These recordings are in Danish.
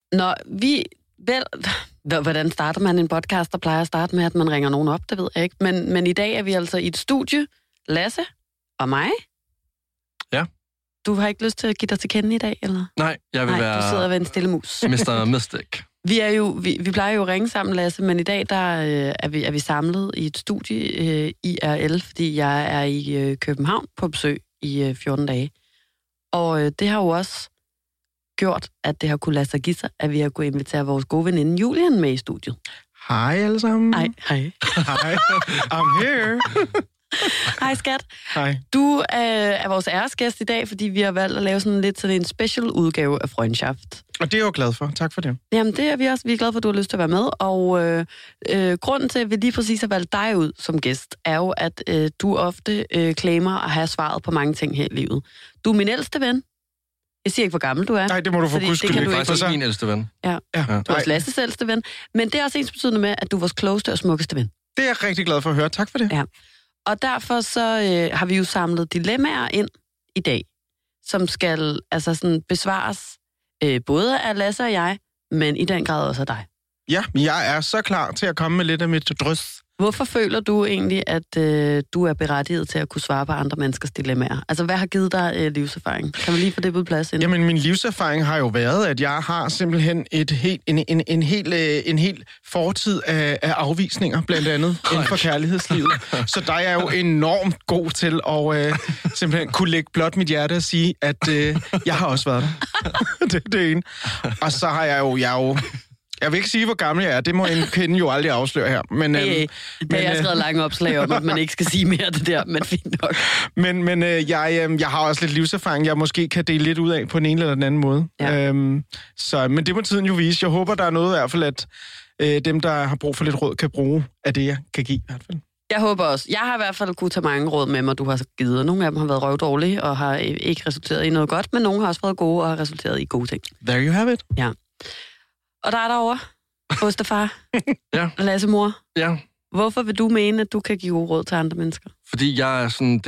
Når vi... Hvordan starter man en podcast, der plejer at starte med, at man ringer nogen op? Det ved jeg ikke. Men i dag er vi altså i et studie. Lasse og mig. Ja. Du har ikke lyst til at give dig til kende i dag, eller? Nej, jeg vil være... du sidder ved en stille mus. Mr. Mystic. Vi plejer jo at ringe sammen, Lasse, men i dag der er vi samlet i et studie i RL, fordi jeg er i København på besøg i 14 dage. Og det har jo også gjort, at det har kunne lade sig give sig, at vi har kunnet invitere vores gode veninde Julian med i studiet. Hej alle sammen. Hej. Hej. I'm here. Hej skat. Hej. Du er vores æresgæst i dag, fordi vi har valgt at lave sådan en special udgave af Freundschaft. Og det er jeg jo glad for. Tak for det. Jamen, det er vi også. Vi er glade for, at du har lyst til at være med. Og grunden til, at vi lige præcis har valgt dig ud som gæst, er jo, at du ofte claimer at have svaret på mange ting her i livet. Du er min ældste ven. Jeg siger ikke, hvor gammel du er. Nej, det må du få gudskyld. Det er faktisk min ældste ven. Ja. Du er også Lasses ældste ven. Men det er også ensbetydende med, at du er vores klogeste og smukkeste ven. Det er jeg rigtig glad for at høre. Tak for det. Ja. Og derfor så har vi jo samlet dilemmaer ind i dag, som skal altså sådan besvares både af Lasse og jeg, men i den grad også af dig. Ja, jeg er så klar til at komme med lidt af mit drøs. Hvorfor føler du egentlig, at du er berettiget til at kunne svare på andre menneskers dilemmaer? Altså, hvad har givet dig livserfaring? Kan vi lige få det på plads ind? Jamen, min livserfaring har jo været, at jeg har simpelthen en helt fortid af afvisninger, blandt andet inden for kærlighedslivet. Så der er jeg jo enormt god til at simpelthen kunne lægge blot mit hjerte og sige, at jeg har også været der. Det er det ene. Og så har jeg jo jeg vil ikke sige, hvor gammel jeg er. Det må en kvinde jo aldrig afsløre her. Men, jeg har skrevet lange opslag om, at man ikke skal sige mere af det der, men fint nok. Men jeg har også lidt livserfaring, jeg måske kan dele lidt ud af på en eller den anden måde. Ja. Men det må tiden jo vise. Jeg håber, der er noget i hvert fald, at dem, der har brug for lidt råd, kan bruge af det, jeg kan give i hvert fald. Jeg håber også. Jeg har i hvert fald kunne tage mange råd med mig, du har givet. Nogle af dem har været røvdårlige og har ikke resulteret i noget godt, men nogle har også været gode og har resulteret i gode ting. There you have it. Ja. Og der er derovre, Osterfar, Ja. Lasse mor. Ja. Hvorfor vil du mene, at du kan give gode råd til andre mennesker? Fordi jeg er sådan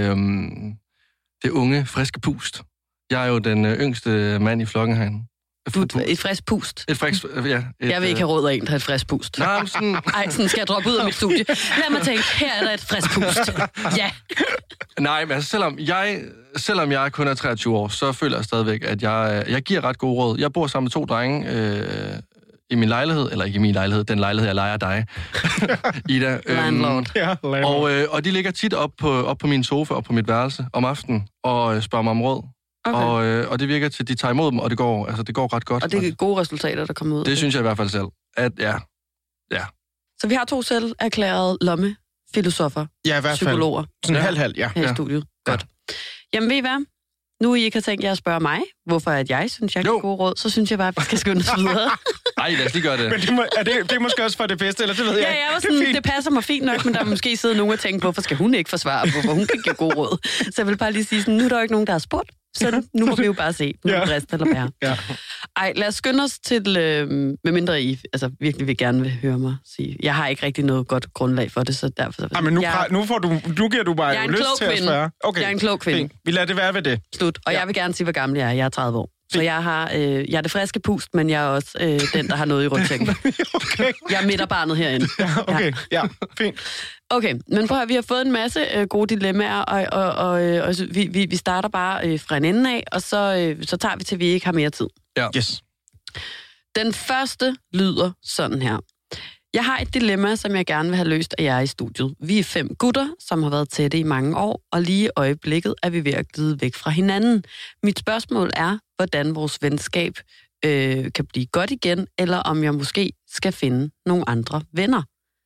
det unge, friske pust. Jeg er jo den yngste mand i flokken herinde. Du er et frisk pust. Et frisk, ja. Jeg vil ikke have råd af en, der har et frisk pust. Nej, men sådan... Ej, sådan skal jeg droppe ud af mit studie. Lad mig tænke, her er der et frisk pust. Ja. Nej, men altså, selvom jeg kun er 23 år, så føler jeg stadigvæk, at jeg giver ret gode råd. Jeg bor sammen med 2 drenge i min lejlighed, eller ikke i min lejlighed, den lejlighed, jeg lejer af dig, Ida. Landlord. Og de ligger tit op på min sofa og på mit værelse om aftenen og spørger mig om råd. Okay. Og det virker til, at de tager imod dem, og det går ret godt. Og det er gode resultater, der kommer ud. Det synes jeg i hvert fald selv. Ja. Så vi har 2 selv erklærede lommefilosofer, ja, i hvert fald. psykologer. Sådan halv, ja. Her i studiet. Godt. Jamen, ved I hvad? Nu I ikke har tænkt jer at spørge mig, hvorfor at jeg synes, jeg kan gode råd, så synes jeg bare, at vi skal skynde os videre. Ej, lad os lige gøre det. Men det er måske også for det bedste, eller det ved jeg ikke. Ja, jeg var sådan, det passer mig fint nok, men der er måske siddet nogen og tænkt, hvorfor skal hun ikke forsvare, hvorfor hun kan give gode råd. Så jeg vil bare lige sige sådan, nu er der jo ikke nogen, der har spurgt, så nu må vi jo bare se, nu er det rest eller bære. Ja. Ej, lad os skynde os til, medmindre I virkelig vil gerne vil høre mig sige. Jeg har ikke rigtig noget godt grundlag for det, så derfor... Ej, men nu giver du bare lyst til at svare. Okay. Jeg er en klog kvinde. Fint. Vi lader det være ved det. Slut. Og jeg vil gerne sige, hvor gammel jeg er. Jeg er 30 år. Så jeg er det friske pust, men jeg er også den, der har noget i rygsækken. Okay. Jeg er midterbarnet herinde. Ja, okay. Ja, fint. Okay, men prøv at vi har fået en masse gode dilemmaer, og vi starter bare fra en ende af, og så tager vi til, vi ikke har mere tid. Ja. Yes. Den første lyder sådan her. Jeg har et dilemma, som jeg gerne vil have løst af jer i studiet. Vi er 5 gutter, som har været tætte i mange år, og lige i øjeblikket er vi ved at glide væk fra hinanden. Mit spørgsmål er, hvordan vores venskab kan blive godt igen, eller om jeg måske skal finde nogle andre venner.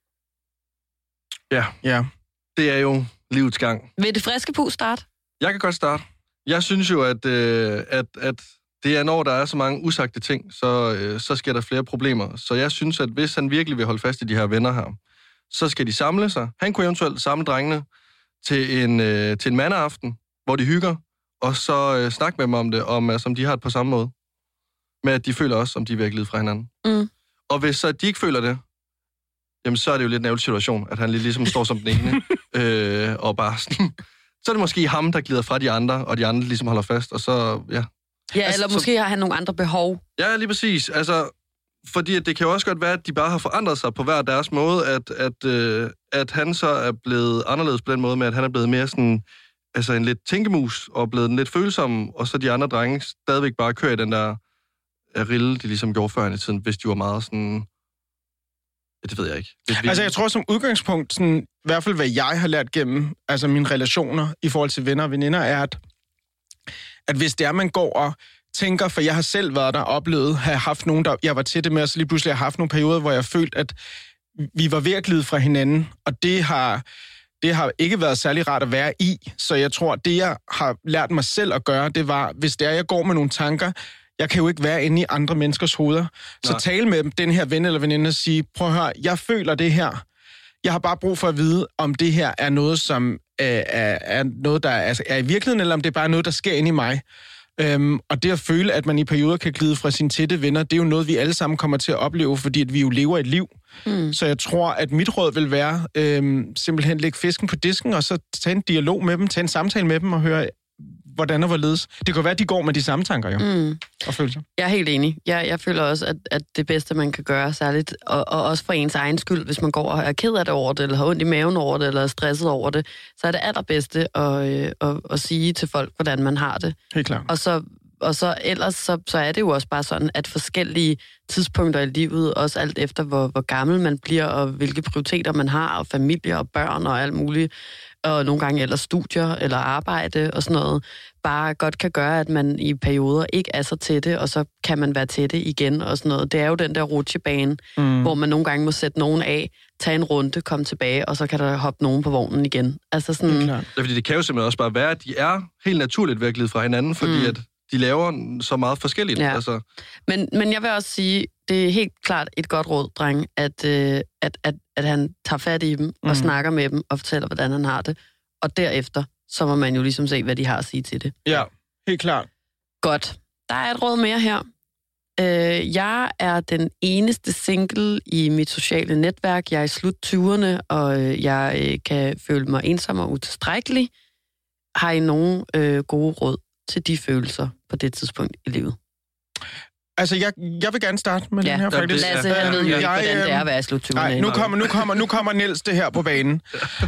Ja. Det er jo livets gang. Vil det friske pus starte? Jeg kan godt starte. Jeg synes jo, at det er, når der er så mange usagte ting, så sker der flere problemer. Så jeg synes, at hvis han virkelig vil holde fast i de her venner her, så skal de samle sig. Han kunne eventuelt samle drengene til en mandeaften, hvor de hygger, og så snakke med dem om det, om de har det på samme måde. Med at de føler også, om de er ved at glide fra hinanden. Mm. Og hvis så de ikke føler det, jamen så er det jo lidt en ærgerlig situation, at han ligesom står som den ene, og bare sådan... Så er det måske ham, der glider fra de andre, og de andre ligesom holder fast, og så, ja. Ja, altså, eller måske har han nogle andre behov. Ja, lige præcis. Altså, fordi det kan jo også godt være, at de bare har forandret sig på hver deres måde, at han så er blevet anderledes på den måde med, at han er blevet mere sådan, altså en lidt tænkemus, og blevet lidt følsom, og så de andre drenge stadigvæk bare kører i den der rille, de ligesom gjorde før i tiden, hvis de var meget sådan... Det ved jeg ikke. Altså, jeg tror som udgangspunkt, sådan, i hvert fald hvad jeg har lært gennem altså mine relationer i forhold til venner og veninder, er, at hvis det er, man går og tænker, for jeg har selv været der, oplevet, have haft nogen, der jeg var til det med, og så lige pludselig har haft nogle perioder, hvor jeg følte, at vi var ved at glide fra hinanden, og det har ikke været særlig rart at være i, så jeg tror, det jeg har lært mig selv at gøre, det var, hvis det er, jeg går med nogle tanker, jeg kan jo ikke være inde i andre menneskers hoveder. Så tale med dem, den her ven eller veninde, og sige, prøv at høre, jeg føler det her. Jeg har bare brug for at vide, om det her er noget, som er noget, der er i virkeligheden, eller om det er bare noget, der sker inde i mig. Og det at føle, at man i perioder kan glide fra sine tætte venner, det er jo noget, vi alle sammen kommer til at opleve, fordi at vi jo lever et liv. Så jeg tror, at mit råd vil være simpelthen lægge fisken på disken, og så tage en dialog med dem, tage en samtale med dem og høre, hvordan og hvorledes. Det kan være, at de går med de samme tanker, jo. Og følelser. Jeg er helt enig. Jeg føler også, at det bedste, man kan gøre, særligt, og også for ens egen skyld, hvis man går og er ked af det over det, eller har ondt i maven over det, eller er stresset over det, så er det allerbedste at sige til folk, hvordan man har det. Helt klart. Og så ellers, så er det jo også bare sådan, at forskellige tidspunkter i livet, også alt efter, hvor gammel man bliver, og hvilke prioriteter man har, og familie og børn og alt muligt, og nogle gange ellers studier eller arbejde og sådan noget, bare godt kan gøre, at man i perioder ikke er så tætte, og så kan man være tætte igen og sådan noget. Det er jo den der rutsjebane, hvor man nogle gange må sætte nogen af, tage en runde, komme tilbage, og så kan der hoppe nogen på vognen igen. Altså sådan... Det er fordi, det kan jo simpelthen også bare være, at de er helt naturligt virkelig fra hinanden, fordi at de laver så meget forskelligt. Ja. Altså. Men jeg vil også sige, det er helt klart et godt råd, dreng, at han tager fat i dem og snakker med dem og fortæller, hvordan han har det. Og derefter, så må man jo ligesom se, hvad de har at sige til det. Ja, helt klart. Godt. Der er et råd mere her. Jeg er den eneste single i mit sociale netværk. Jeg er i slut 20'erne, og jeg kan føle mig ensom og utilstrækkelig. Har I nogen gode råd til de følelser på det tidspunkt i livet? Altså, jeg vil gerne starte med den her, faktisk. Lasse, han ved jo ikke, hvordan det er at være i slut 20'erne. Nej, nu kommer Niels det her på banen.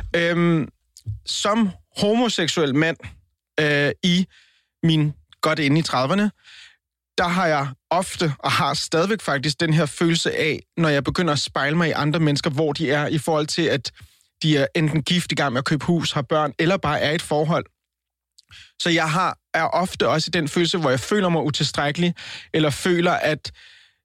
Som homoseksuel mand i min godt inde i 30'erne, der har jeg ofte, og har stadigvæk faktisk, den her følelse af, når jeg begynder at spejle mig i andre mennesker, hvor de er, i forhold til, at de er enten gift, i gang med at købe hus, har børn, eller bare er i et forhold. Så jeg er ofte også i den følelse, hvor jeg føler mig utilstrækkelig, eller føler, at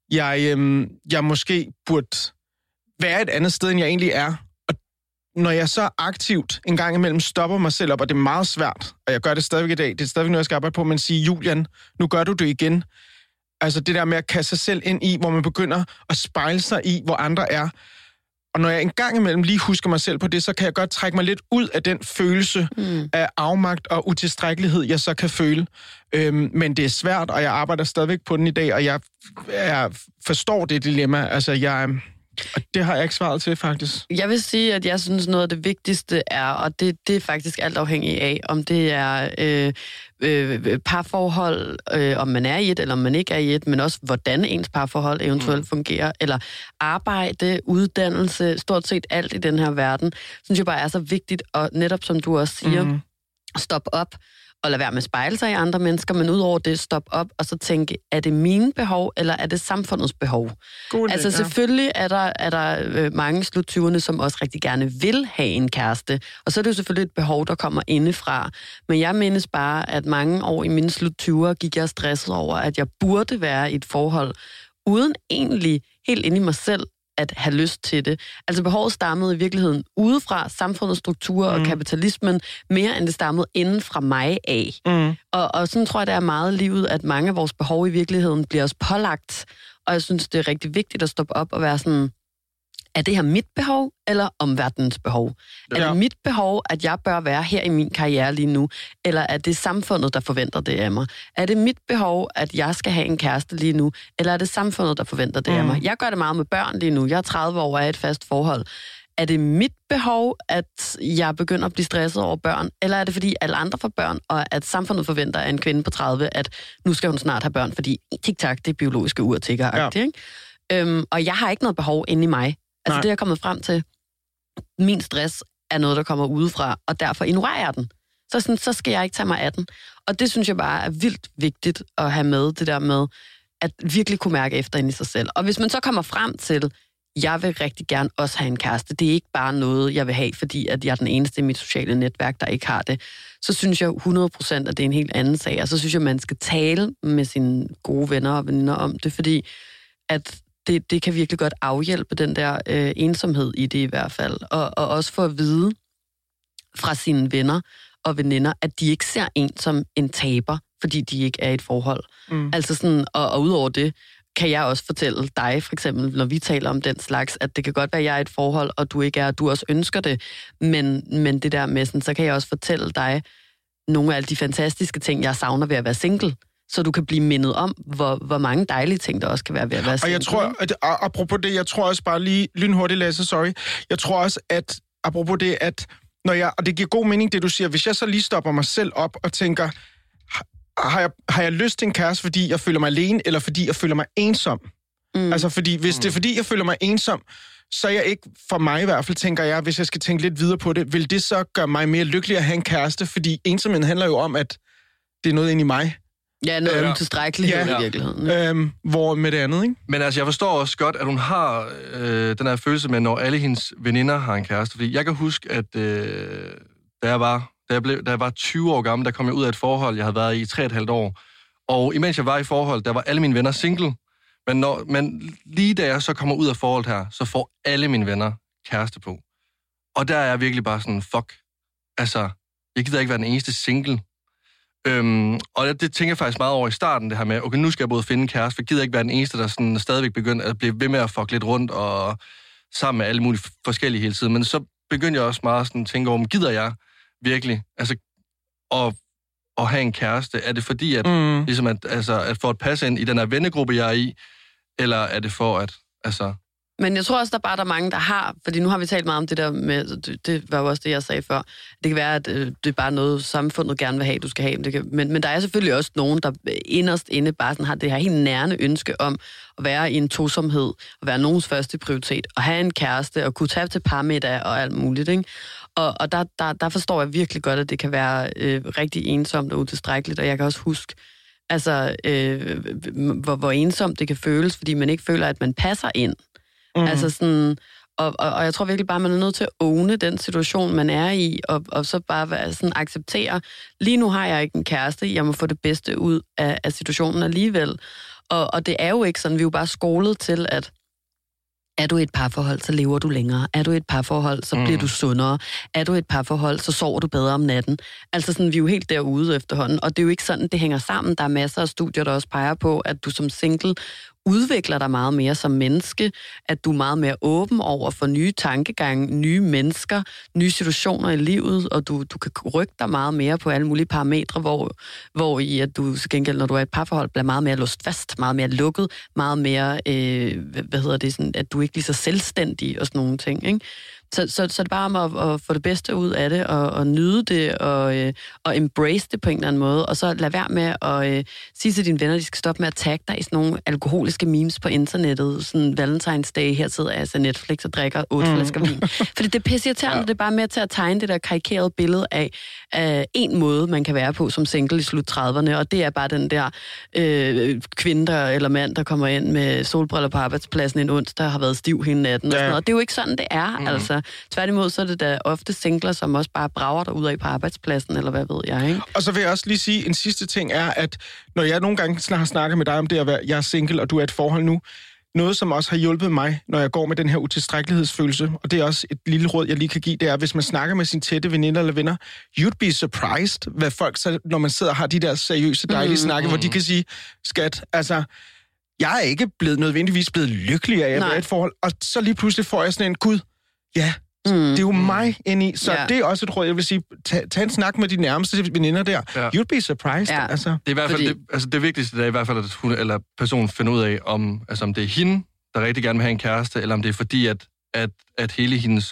jeg måske burde være et andet sted, end jeg egentlig er. Og når jeg så aktivt en gang imellem stopper mig selv op, og det er meget svært, og jeg gør det stadigvæk i dag, det er stadigvæk noget, jeg skal arbejde på, men sige, Julian, nu gør du det igen. Altså det der med at kaste sig selv ind i, hvor man begynder at spejle sig i, hvor andre er. Og når jeg en gang imellem lige husker mig selv på det, så kan jeg godt trække mig lidt ud af den følelse af afmagt og utilstrækkelighed, jeg så kan føle. Men det er svært, og jeg arbejder stadigvæk på den i dag, og jeg forstår det dilemma. Altså, og det har jeg ikke svaret til, faktisk. Jeg vil sige, at jeg synes, noget af det vigtigste er, og det er faktisk alt afhængigt af, om det er parforhold, om man er i et, eller om man ikke er i et, men også hvordan ens parforhold eventuelt fungerer, eller arbejde, uddannelse, stort set alt i den her verden, synes jeg bare er så vigtigt, og netop som du også siger, stop op, og lade være med at spejle sig i andre mennesker, men udover det, stop op og så tænke, er det mine behov, eller er det samfundets behov? Altså selvfølgelig er der mange slut 20'erne, som også rigtig gerne vil have en kæreste, og så er det jo selvfølgelig et behov, der kommer indefra. Men jeg mindes bare, at mange år i mine slut 20'er gik jeg stresset over, at jeg burde være i et forhold, uden egentlig helt inde i mig selv, at have lyst til det. Altså behovet stammede i virkeligheden udefra samfundets strukturer og kapitalismen, mere end det stammede inden fra mig af. Og sådan tror jeg, det er meget livet, at mange af vores behov i virkeligheden bliver os pålagt. Og jeg synes, det er rigtig vigtigt at stoppe op og være sådan, er det her mit behov, eller omverdenens behov? Er det mit behov, at jeg bør være her i min karriere lige nu? Eller er det samfundet, der forventer det af mig? Er det mit behov, at jeg skal have en kæreste lige nu? Eller er det samfundet, der forventer det af mig? Jeg gør det meget med børn lige nu. Jeg er 30 år og er i et fast forhold. er det mit behov, at jeg begynder at blive stresset over børn, eller er det fordi alle andre får børn, og at samfundet forventer af en kvinde på 30, at nu skal hun snart have børn, fordi tik-tak, det er biologiske ur-tigger-agtigt, ikke? Og jeg har ikke noget behov inde i mig. Altså det, jeg er kommet frem til, min stress er noget, der kommer udefra, og derfor ignorerer jeg den. Så skal jeg ikke tage mig af den. Og det synes jeg bare er vildt vigtigt at have med, det der med at virkelig kunne mærke efter ind i sig selv. Og hvis man så kommer frem til, jeg vil rigtig gerne også have en kæreste, det er ikke bare noget, jeg vil have, fordi at jeg er den eneste i mit sociale netværk, der ikke har det, så synes jeg 100%, at det er en helt anden sag. Og så synes jeg, man skal tale med sine gode venner og veninder om det, fordi at det kan virkelig godt afhjælpe den der ensomhed i det i hvert fald. Og også få at vide fra sine venner og veninder, at de ikke ser en som en taber, fordi de ikke er i et forhold. Altså sådan, og udover det, kan jeg også fortælle dig, for eksempel, når vi taler om den slags, at det kan godt være, at jeg er i et forhold, og du ikke er, og du også ønsker det, men det der med sådan, så kan jeg også fortælle dig nogle af alle de fantastiske ting, jeg savner ved at være single, så du kan blive mindet om, hvor mange dejlige ting, der også kan være ved at være single. Og jeg tror, at, apropos det, jeg tror også bare lige, lynhurtigt Lasse, sorry, jeg tror også, at apropos det, at når jeg, og det giver god mening, det du siger, hvis jeg så lige stopper mig selv op og tænker, har jeg lyst til en kæreste, fordi jeg føler mig alene, eller fordi jeg føler mig ensom? Altså, fordi hvis det er, fordi jeg føler mig ensom, så er jeg ikke, for mig i hvert fald, tænker jeg, hvis jeg skal tænke lidt videre på det, vil det så gøre mig mere lykkelig at have en kæreste? Fordi ensomheden handler jo om, at det er noget inde i mig. Ja, noget utilstrækkelighed i virkeligheden. Hvor med det andet, ikke? Men altså, jeg forstår også godt, at hun har den her følelse med, når alle hendes veninder har en kæreste. Fordi jeg kan huske, at da jeg var 20 år gammel, der kom jeg ud af et forhold, jeg havde været i 3,5 år. Og imens jeg var i forhold, der var alle mine venner single. Men lige da jeg så kommer ud af forholdet her, så får alle mine venner kæreste på. Og der er jeg virkelig bare sådan, fuck. Altså, jeg gider ikke være den eneste single. Og det tænker jeg faktisk meget over i starten, det her med, okay, nu skal jeg både finde en kæreste, for jeg gider ikke være den eneste, der sådan stadigvæk begynder at blive ved med at fuck lidt rundt og sammen med alle mulige forskellige hele tiden. Men så begyndte jeg også meget sådan at tænke over, gider jeg virkelig, altså, at have en kæreste? Er det fordi, at, ligesom at for at passe ind i den her vennegruppe, jeg er i, eller er det for at, altså... Men jeg tror også, der er mange, der har, fordi nu har vi talt meget om det der med, det var jo også det, jeg sagde før, det kan være, at det er bare noget, samfundet gerne vil have, du skal have. Men der er selvfølgelig også nogen, der inderst inde bare sådan har det her helt nærende ønske om at være i en tosomhed, og være nogens første prioritet, og have en kæreste, og kunne tage til parmiddag og alt muligt, ikke? Og der forstår jeg virkelig godt, at det kan være rigtig ensomt og utilstrækkeligt, og jeg kan også huske, altså, hvor ensomt det kan føles, fordi man ikke føler, at man passer ind. Altså sådan, og jeg tror virkelig bare, man er nødt til at owne den situation, man er i, og så bare være sådan, acceptere, lige nu har jeg ikke en kæreste, jeg må få det bedste ud af situationen alligevel. Og det er jo ikke sådan, vi er jo bare skolet til, at er du i et parforhold, så lever du længere. Er du i et parforhold, så bliver du sundere. Er du i et parforhold, så sover du bedre om natten. Altså sådan, vi er jo helt derude efterhånden, og det er jo ikke sådan, det hænger sammen. Der er masser af studier, der også peger på, at du som single udvikler dig meget mere som menneske, at du er meget mere åben over for nye tankegange, nye mennesker, nye situationer i livet, og du kan rykke dig meget mere på alle mulige parametre, hvor i at du til gengæld, når du er i et parforhold, bliver meget mere låst fast, meget mere lukket, meget mere, sådan, at du ikke er lige så selvstændig og sådan nogle ting, ikke? Så det er bare om at få det bedste ud af det, og nyde det, og embrace det på en eller anden måde, og så lad være med at sige til dine venner, at de skal stoppe med at tagge dig i sådan nogle alkoholiske memes på internettet, sådan Valentine's Day, her sidder jeg altså Netflix og drikker 8 flasker vin. Fordi det er pisseirriterende, det er bare med til at tegne det der karikerede billede af en måde, man kan være på som single i slut 30'erne, og det er bare den der kvinde eller mand, der kommer ind med solbriller på arbejdspladsen en onsdag, der har været stiv hele natten, og sådan noget. Og det er jo ikke sådan, det er, altså. Tværtimod, så er det da ofte singler, som også bare brager dig ud af på arbejdspladsen, eller hvad ved jeg, ikke? Og så vil jeg også lige sige, en sidste ting er, at når jeg nogle gange har snakket med dig om det at være, jeg er single, og du er et forhold nu, noget, som også har hjulpet mig, når jeg går med den her utilstrækkelighedsfølelse, og det er også et lille råd, jeg lige kan give, det er, hvis man snakker med sine tætte veninder eller venner, you'd be surprised, hvad folk så, når man sidder og har de der seriøse, dejlige snakke, hvor de kan sige, skat, altså, jeg er ikke nødvendigvis blevet lykkelig af at være et forhold, og så lige pludselig får jeg sådan en, gud, ja, det er jo mig ind i. Så det er også et råd, jeg vil sige, tag en snak med de nærmeste veninder der. Ja. You'd be surprised. Ja. Altså. Det er i hvert fald det vigtigste, det er i hvert fald, at hun eller personen finder ud af, om det er hende, der rigtig gerne vil have en kæreste, eller om det er fordi, at at hele hendes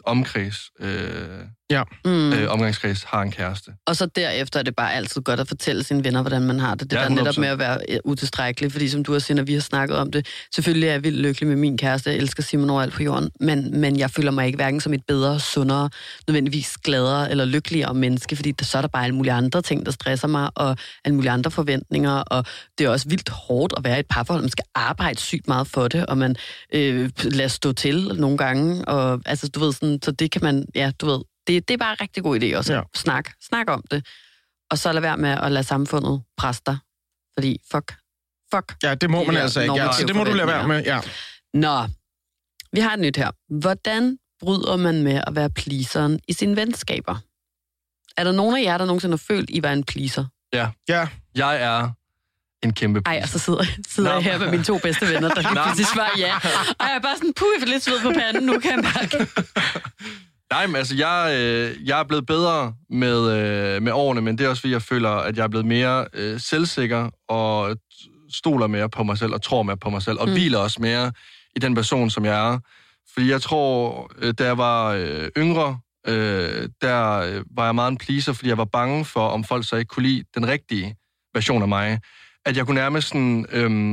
omgangskreds har en kæreste. Og så derefter er det bare altid godt at fortælle sine venner, hvordan man har det. Det der netop med at være utilstrækkelig, fordi som du har sagt, når vi har snakket om det, selvfølgelig er jeg vildt lykkelig med min kæreste, jeg elsker Simon overalt på jorden, men jeg føler mig ikke hverken som et bedre, sundere, nødvendigvis gladere eller lykkeligere menneske, fordi så er der bare alle mulige andre ting, der stresser mig, og alle mulige andre forventninger, og det er også vildt hårdt at være i et parforhold. Man skal arbejde sygt meget for det, og man lader stå til nogle gange, og altså du ved sådan, så det kan man, ja, du ved, det er bare en rigtig god idé også. Ja. Snak om det. Og så lad være med at lade samfundet presse dig. Fordi fuck. Ja, det må man altså ikke. Ja, så det må du lade være med, ja. Nå, vi har et nyt her. Hvordan bryder man med at være pleaseren i sine venskaber? Er der nogen af jer, der nogensinde har følt, I var en pleaser? Ja. Jeg er en kæmpe pleaser. Ej, og så sidder jeg her med mine 2 bedste venner, der lige pludselig svarer ja. Og jeg er bare sådan, jeg får lidt sved på panden, nu kan jeg mærke. Nej, men altså, jeg er blevet bedre med årene, men det er også, fordi jeg føler, at jeg er blevet mere selvsikker og stoler mere på mig selv og tror mere på mig selv og hviler også mere i den person, som jeg er. Fordi jeg tror, da jeg var yngre, der var jeg meget en pleaser, fordi jeg var bange for, om folk så ikke kunne lide den rigtige version af mig. At jeg kunne nærmest sådan...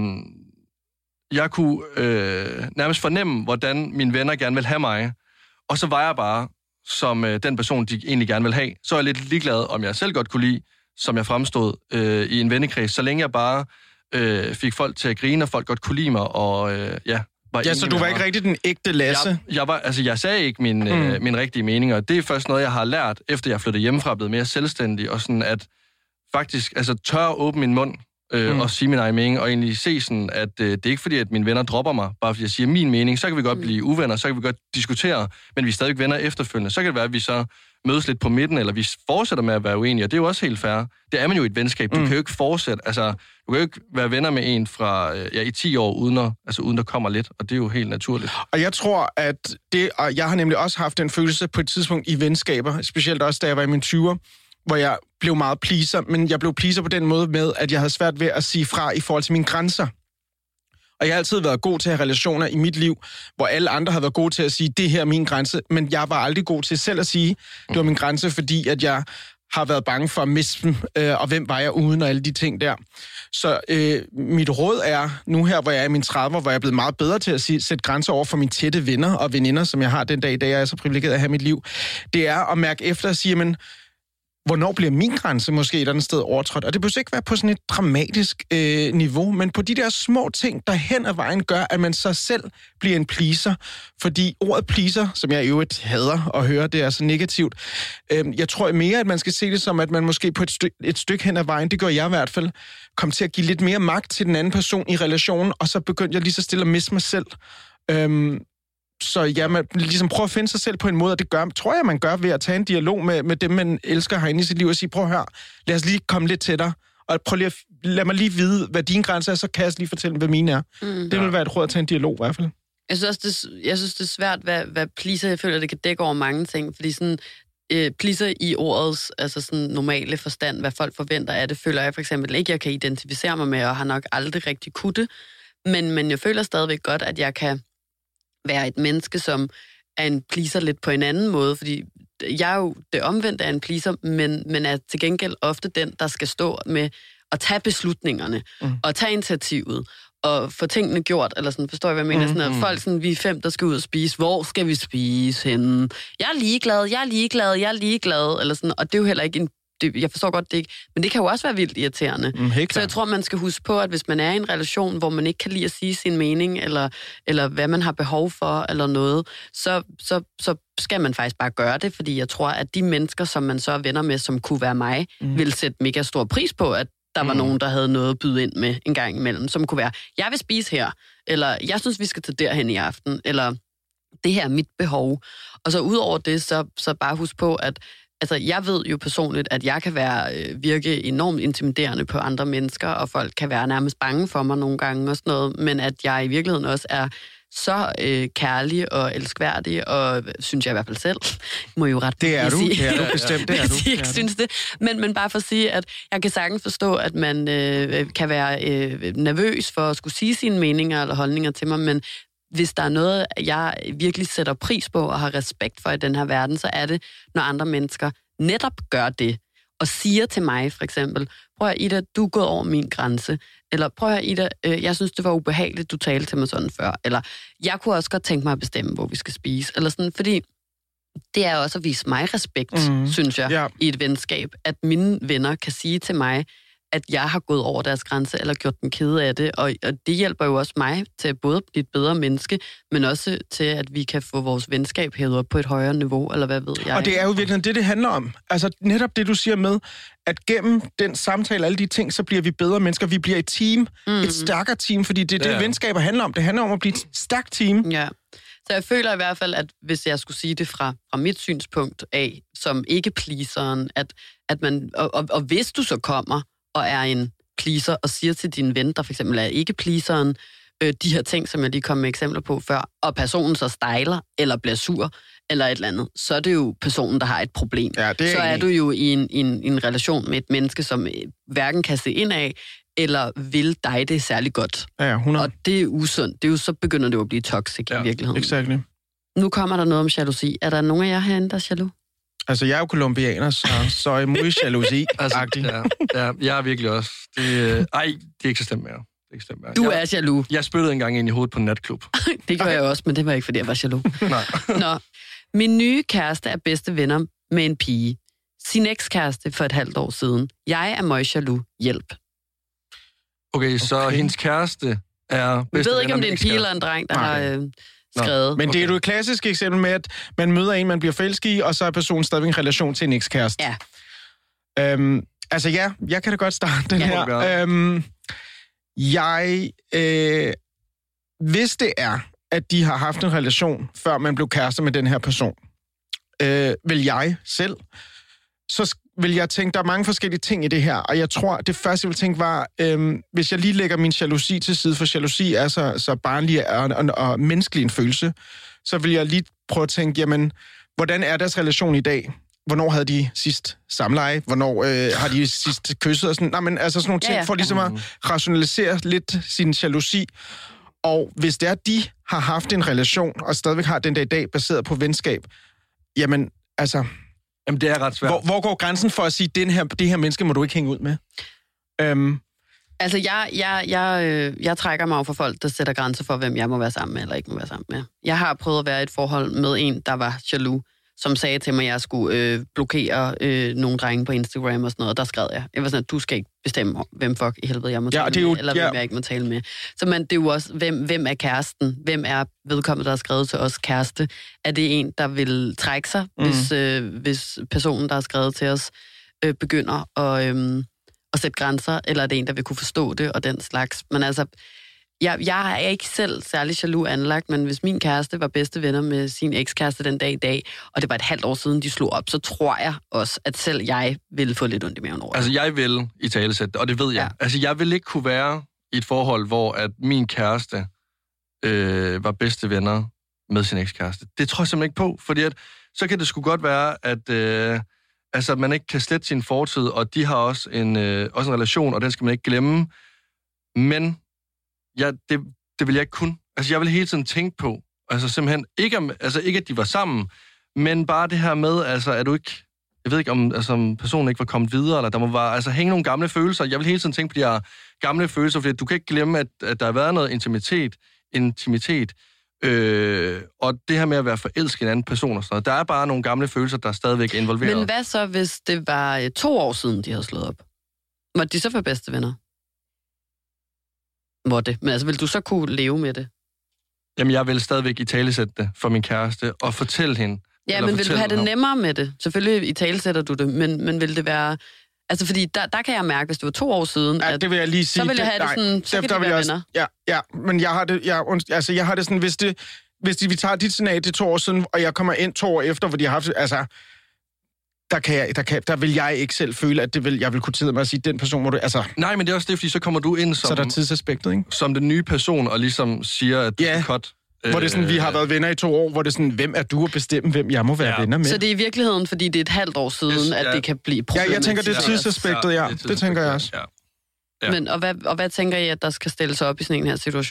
nærmest fornemme, hvordan mine venner gerne vil have mig. Og så var jeg bare som den person, de egentlig gerne vil have. Så er jeg lidt ligeglad, om jeg selv godt kunne lide, som jeg fremstod i en vennekreds. Så længe jeg bare fik folk til at grine, og folk godt kunne lide mig, og var ja, så du var ikke rigtig den ægte Lasse? Jeg sagde ikke min rigtige mening, og det er først noget, jeg har lært, efter jeg flyttede hjemmefra, blevet mere selvstændig, og sådan at faktisk tør at åbne min mund, og sige min egen mening, og egentlig se sådan, at det er ikke fordi, at mine venner dropper mig, bare fordi jeg siger min mening, så kan vi godt blive uvenner, så kan vi godt diskutere, men vi er stadig venner efterfølgende. Så kan det være, at vi så mødes lidt på midten, eller vi fortsætter med at være uenige, og det er jo også helt fair. Det er man jo i et venskab. Du kan jo ikke fortsætte, du kan jo ikke være venner med en fra i 10 år, uden der kommer lidt, og det er jo helt naturligt. Og jeg tror, at og jeg har nemlig også haft den følelse på et tidspunkt i venskaber, specielt også da jeg var i mine 20'er, hvor jeg blev meget pleaser, men jeg blev pleaser på den måde med, at jeg havde svært ved at sige fra i forhold til mine grænser. Og jeg har altid været god til at have relationer i mit liv, hvor alle andre har været gode til at sige, det her er min grænse, men jeg var aldrig god til selv at sige, det var min grænse, fordi at jeg har været bange for at miste dem, og hvem var jeg uden, og alle de ting der. Så mit råd er, nu her, hvor jeg er i mine 30'er, hvor jeg er blevet meget bedre til at sætte grænser over for mine tætte venner og veninder, som jeg har den dag i dag, jeg er så privilegeret at have mit liv, det er at mærke efter og sige, men hvornår bliver min grænse måske et eller andet sted overtrådt? Og det behøver ikke være på sådan et dramatisk niveau, men på de der små ting, der hen ad vejen gør, at man så selv bliver en pleaser. Fordi ordet pleaser, som jeg i øvrigt hader at høre, det er så negativt. Jeg tror mere, at man skal se det som, at man måske på et stykke hen ad vejen, det gør jeg i hvert fald, kom til at give lidt mere magt til den anden person i relationen, og så begyndte jeg lige så stille at miste mig selv. Så ja, man ligesom prøver at finde sig selv på en måde, og det tror jeg, man gør ved at tage en dialog med dem, man elsker herinde i sit liv, og sige, prøv at høre, lad os lige komme lidt tættere, og prøv lige lad mig lige vide, hvad dine grænser er, så kan jeg lige fortælle, hvad mine er. Det vil være et råd at tage en dialog i hvert fald. Jeg synes, det er svært, hvad pleaser, jeg føler, det kan dække over mange ting, fordi sådan, pleaser i ordets altså sådan normale forstand, hvad folk forventer af det, føler jeg for eksempel ikke, jeg kan identificere mig med, og har nok aldrig rigtig kunne det, men jeg føler stadigvæk godt, at jeg kan være et menneske, som er en pleaser lidt på en anden måde, fordi jeg er jo det omvendte af en pleaser, men er til gengæld ofte den, der skal stå med at tage beslutningerne, og tage initiativet, og få tingene gjort, eller sådan, forstår jeg, hvad jeg mener? Sådan, at folk sådan, vi er 5, der skal ud og spise, hvor skal vi spise henne? Jeg er ligeglad, eller sådan, og det er jo heller ikke en jeg forstår godt det ikke, men det kan jo også være vildt irriterende. Så jeg tror, man skal huske på, at hvis man er i en relation, hvor man ikke kan lide at sige sin mening, eller hvad man har behov for, eller noget, så skal man faktisk bare gøre det, fordi jeg tror, at de mennesker, som man så er venner med, som kunne være mig, vil sætte mega stor pris på, at der var nogen, der havde noget at byde ind med en gang imellem, som kunne være, jeg vil spise her, eller jeg synes, vi skal tage derhen i aften, eller det her er mit behov. Og så ud over det, så bare husk på, at altså, jeg ved jo personligt, at jeg kan virke enormt intimiderende på andre mennesker, og folk kan være nærmest bange for mig nogle gange og sådan noget, men at jeg i virkeligheden også er så kærlig og elskværdig, og synes jeg i hvert fald selv, må jo ret det er du, sige. Det er du bestemt, det er du. Jeg ikke synes det. Men bare for at sige, at jeg kan sagtens forstå, at man kan være nervøs for at skulle sige sine meninger eller holdninger til mig, men hvis der er noget, jeg virkelig sætter pris på og har respekt for i den her verden, så er det, når andre mennesker netop gør det, og siger til mig for eksempel, prøv at Ida, du er gået over min grænse, eller prøv at Ida, jeg synes, det var ubehageligt, du talte til mig sådan før, eller jeg kunne også godt tænke mig at bestemme, hvor vi skal spise, eller sådan, fordi det er også at vise mig respekt, synes jeg, i et venskab, at mine venner kan sige til mig, at jeg har gået over deres grænse, eller gjort dem kede af det, og det hjælper jo også mig til at både blive et bedre menneske, men også til, at vi kan få vores venskab hævet op på et højere niveau, eller hvad ved jeg. Og det er jo virkelig det handler om. Altså netop det, du siger med, at gennem den samtale, alle de ting, så bliver vi bedre mennesker. Vi bliver et team, et stærkere team, fordi det er det, venskaber handler om. Det handler om at blive et stærkt team. Ja. Så jeg føler i hvert fald, at hvis jeg skulle sige det fra mit synspunkt af, som ikke-pleaseren, at man, og hvis du så kommer og er en pleaser og siger til din ven, der for eksempel er ikke-pleaseren, de her ting, som jeg lige kom med eksempler på før, og personen så stejler eller bliver sur eller et eller andet, så er det jo personen, der har et problem. Ja, så er du jo i en relation med et menneske, som hverken kan se ind af, eller vil dig det særlig godt. Ja, 100. Og det er usundt. Det er jo, så begynder det jo at blive toxic i virkeligheden. Exactly. Nu kommer der noget om jalousi. Er der nogen af jer herinde, der er jaloux? Altså, jeg er jo kolumbianer, så er muy jalousi. Ja, jeg er virkelig også. Det er ikke så slemt mere. Du er jaloux. Jeg spyttede engang ind i hovedet på en natklub. Det gør jeg også, men det var ikke, fordi jeg var jaloux. Nej. Nå. Min nye kæreste er bedste venner med en pige. Sin ekskæreste for et halvt år siden. Jeg er meget jaloux. Hjælp. Okay, så hendes kæreste er bedste venner. Jeg ved ikke, om det er en pige eller en dreng, der har skrevet. Men det er jo et klassisk eksempel med, at man møder en, man bliver forelsket i, og så er personen stadigvæk en relation til en ekskæreste. Ja. Altså ja, jeg kan da godt starte den her. Hvis det er, at de har haft en relation, før man blev kærester med den her person, vil jeg selv, så vil jeg tænke, der er mange forskellige ting i det her, og jeg tror, det første, jeg vil tænke var, hvis jeg lige lægger min jalousi til side, for jalousi er så barnlig og menneskelig en følelse, så vil jeg lige prøve at tænke, jamen, hvordan er deres relation i dag? Hvornår havde de sidst samleje? Hvornår har de sidst kysset? Og sådan. Nej, men altså sådan nogle ting, for ligesom at rationalisere lidt sin jalousi. Og hvis det er, at de har haft en relation, og stadigvæk har den der i dag, baseret på venskab, jamen, altså... Jamen, det er ret svært. Hvor går grænsen for at sige, det her menneske må du ikke hænge ud med? Altså, jeg trækker mig over for folk, der sætter grænser for, hvem jeg må være sammen med, eller ikke må være sammen med. Jeg har prøvet at være i et forhold med en, der var jaloux, som sagde til mig, at jeg skulle blokere nogle drenge på Instagram og sådan noget. Der skrev jeg. Jeg var sådan, at du skal ikke bestemme, hvem fuck i helvede jeg må tale med, eller hvem jeg ikke må tale med. Så det er jo også, hvem er kæresten? Hvem er vedkommende, der har skrevet til os kæreste? Er det en, der vil trække sig, hvis personen, der har skrevet til os, begynder at sætte grænser? Eller er det en, der vil kunne forstå det og den slags? Men altså... Jeg er ikke selv særlig jaloux anlagt, men hvis min kæreste var bedste venner med sin ekskæreste den dag i dag, og det var et halvt år siden, de slog op, så tror jeg også, at selv jeg ville få lidt ondt i maven over det. Altså, jeg vil i talesæt, og det ved jeg. Ja. Altså, jeg vil ikke kunne være i et forhold, hvor at min kæreste var bedste venner med sin ekskæreste. Det tror jeg simpelthen ikke på, fordi at, så kan det sgu godt være, at man ikke kan slette sin fortid, og de har også en relation, og den skal man ikke glemme. Men det vil jeg ikke kun. Altså, jeg vil hele tiden tænke på, altså simpelthen, ikke at de var sammen, men bare det her med, altså, er du ikke, jeg ved ikke, om personen ikke var kommet videre, eller der må være, hænge nogle gamle følelser. Jeg vil hele tiden tænke på de her gamle følelser, fordi du kan ikke glemme, at der har været noget intimitet, og det her med at være forelsket i en anden person og sådan noget. Der er bare nogle gamle følelser, der er stadigvæk involveret. Men hvad så, hvis det var 2 år siden, de havde slået op? Måtte de så være bedste venner? Måtte. Men altså, vil du så kunne leve med det? Jamen, jeg vil stadigvæk italesætte det for min kæreste, og fortælle hende. Ja, men vil du have det nemmere med det? Selvfølgelig italesætter du det, men vil det være... Altså, fordi der kan jeg mærke, hvis det var 2 år siden... Ja, det vil jeg lige sige. Så vil jeg have det sådan, så kan de være venner. Ja, men jeg har det sådan, hvis vi tager dit scenarie til 2 år siden, og jeg kommer ind 2 år efter, hvor de har haft... Altså, der vil jeg ikke selv føle, at jeg vil kunne tillade mig at sige, den person må du... Altså, nej, men det er også det, fordi så kommer du ind som... Så der er tidsaspektet, ikke? Som den nye person, og ligesom siger, at du er cut. Hvor det er sådan, vi har været venner i 2 år, hvor det er sådan, hvem er du at bestemme, hvem jeg må være venner med? Så det er i virkeligheden, fordi det er et halvt år siden, at det kan blive problematisk. Ja, jeg tænker, det er tidsaspektet, det tænker jeg også. Ja. Men, og hvad tænker I, at der skal stilles op i sådan en her situation?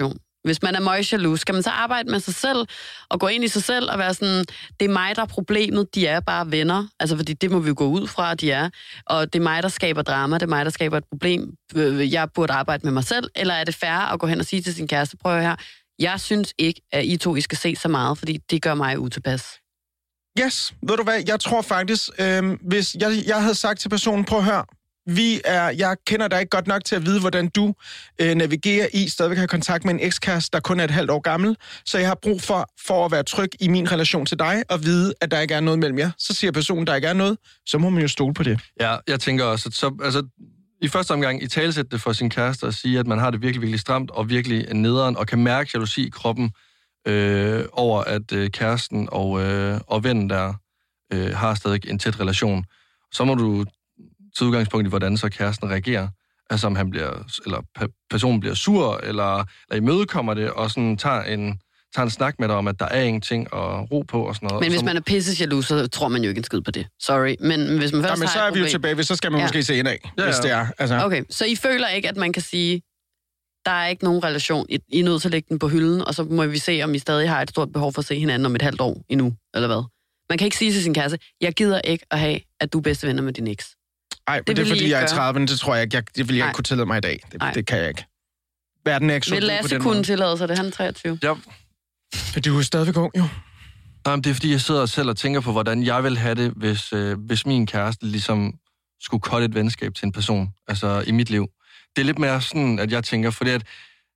Hvis man er meget jaloux, skal man så arbejde med sig selv og gå ind i sig selv og være sådan, det er mig, der er problemet, de er bare venner. Altså, fordi det må vi jo gå ud fra, at de er. Og det er mig, der skaber drama, det er mig, der skaber et problem. Jeg burde arbejde med mig selv. Eller er det fair at gå hen og sige til sin kæreste, prøv her, jeg synes ikke, at I to I skal se så meget, fordi det gør mig utilpas. Yes, ved du hvad, jeg tror faktisk, hvis jeg havde sagt til personen, prøv at høre, jeg kender dig ikke godt nok til at vide, hvordan du navigerer i, stadigvæk har kontakt med en ekskæreste, der kun er et halvt år gammel, så jeg har brug for at være tryg i min relation til dig, og vide, at der ikke er noget mellem jer. Så siger personen, der ikke er noget, så må man jo stole på det. Ja, jeg tænker også, at i første omgang, i talesætte det for sin kæreste og sige, at man har det virkelig, virkelig stramt og virkelig nederen, og kan mærke jalousi i kroppen over, at kæresten og vennen der har stadig en tæt relation. Så må du til udgangspunkt i, hvordan så kæresten reagerer. Altså om han personen bliver sur, eller imødekommer det, og sådan tager en snak med dig om, at der er ingenting at ro på og sådan noget. Men hvis man er pisse jaloux, så tror man jo ikke en skid på det. Sorry. Men hvis man først men så er vi jo tilbage, så skal man måske se indad, hvis det er. Altså. Okay, så I føler ikke, at man kan sige, der er ikke nogen relation. I er nødt til at lægge den på hylden, og så må vi se, om I stadig har et stort behov for at se hinanden om et halvt år endnu, eller hvad? Man kan ikke sige til sin kæreste, jeg gider ikke at have, at du er bedste venner med din eks. Nej, det er fordi, jeg er 30, det tror jeg ikke. Det vil jeg ikke kunne tillade mig i dag. Det kan jeg ikke. Verden er ikke så. Vil Lasse kunne tillade sig det? Han er 23. Ja. For du er jo stadigvæk ung, jo. Det er fordi, jeg sidder selv og tænker på, hvordan jeg vil have det, hvis min kæreste ligesom skulle cutte et venskab til en person, altså i mit liv. Det er lidt mere sådan, at jeg tænker, fordi at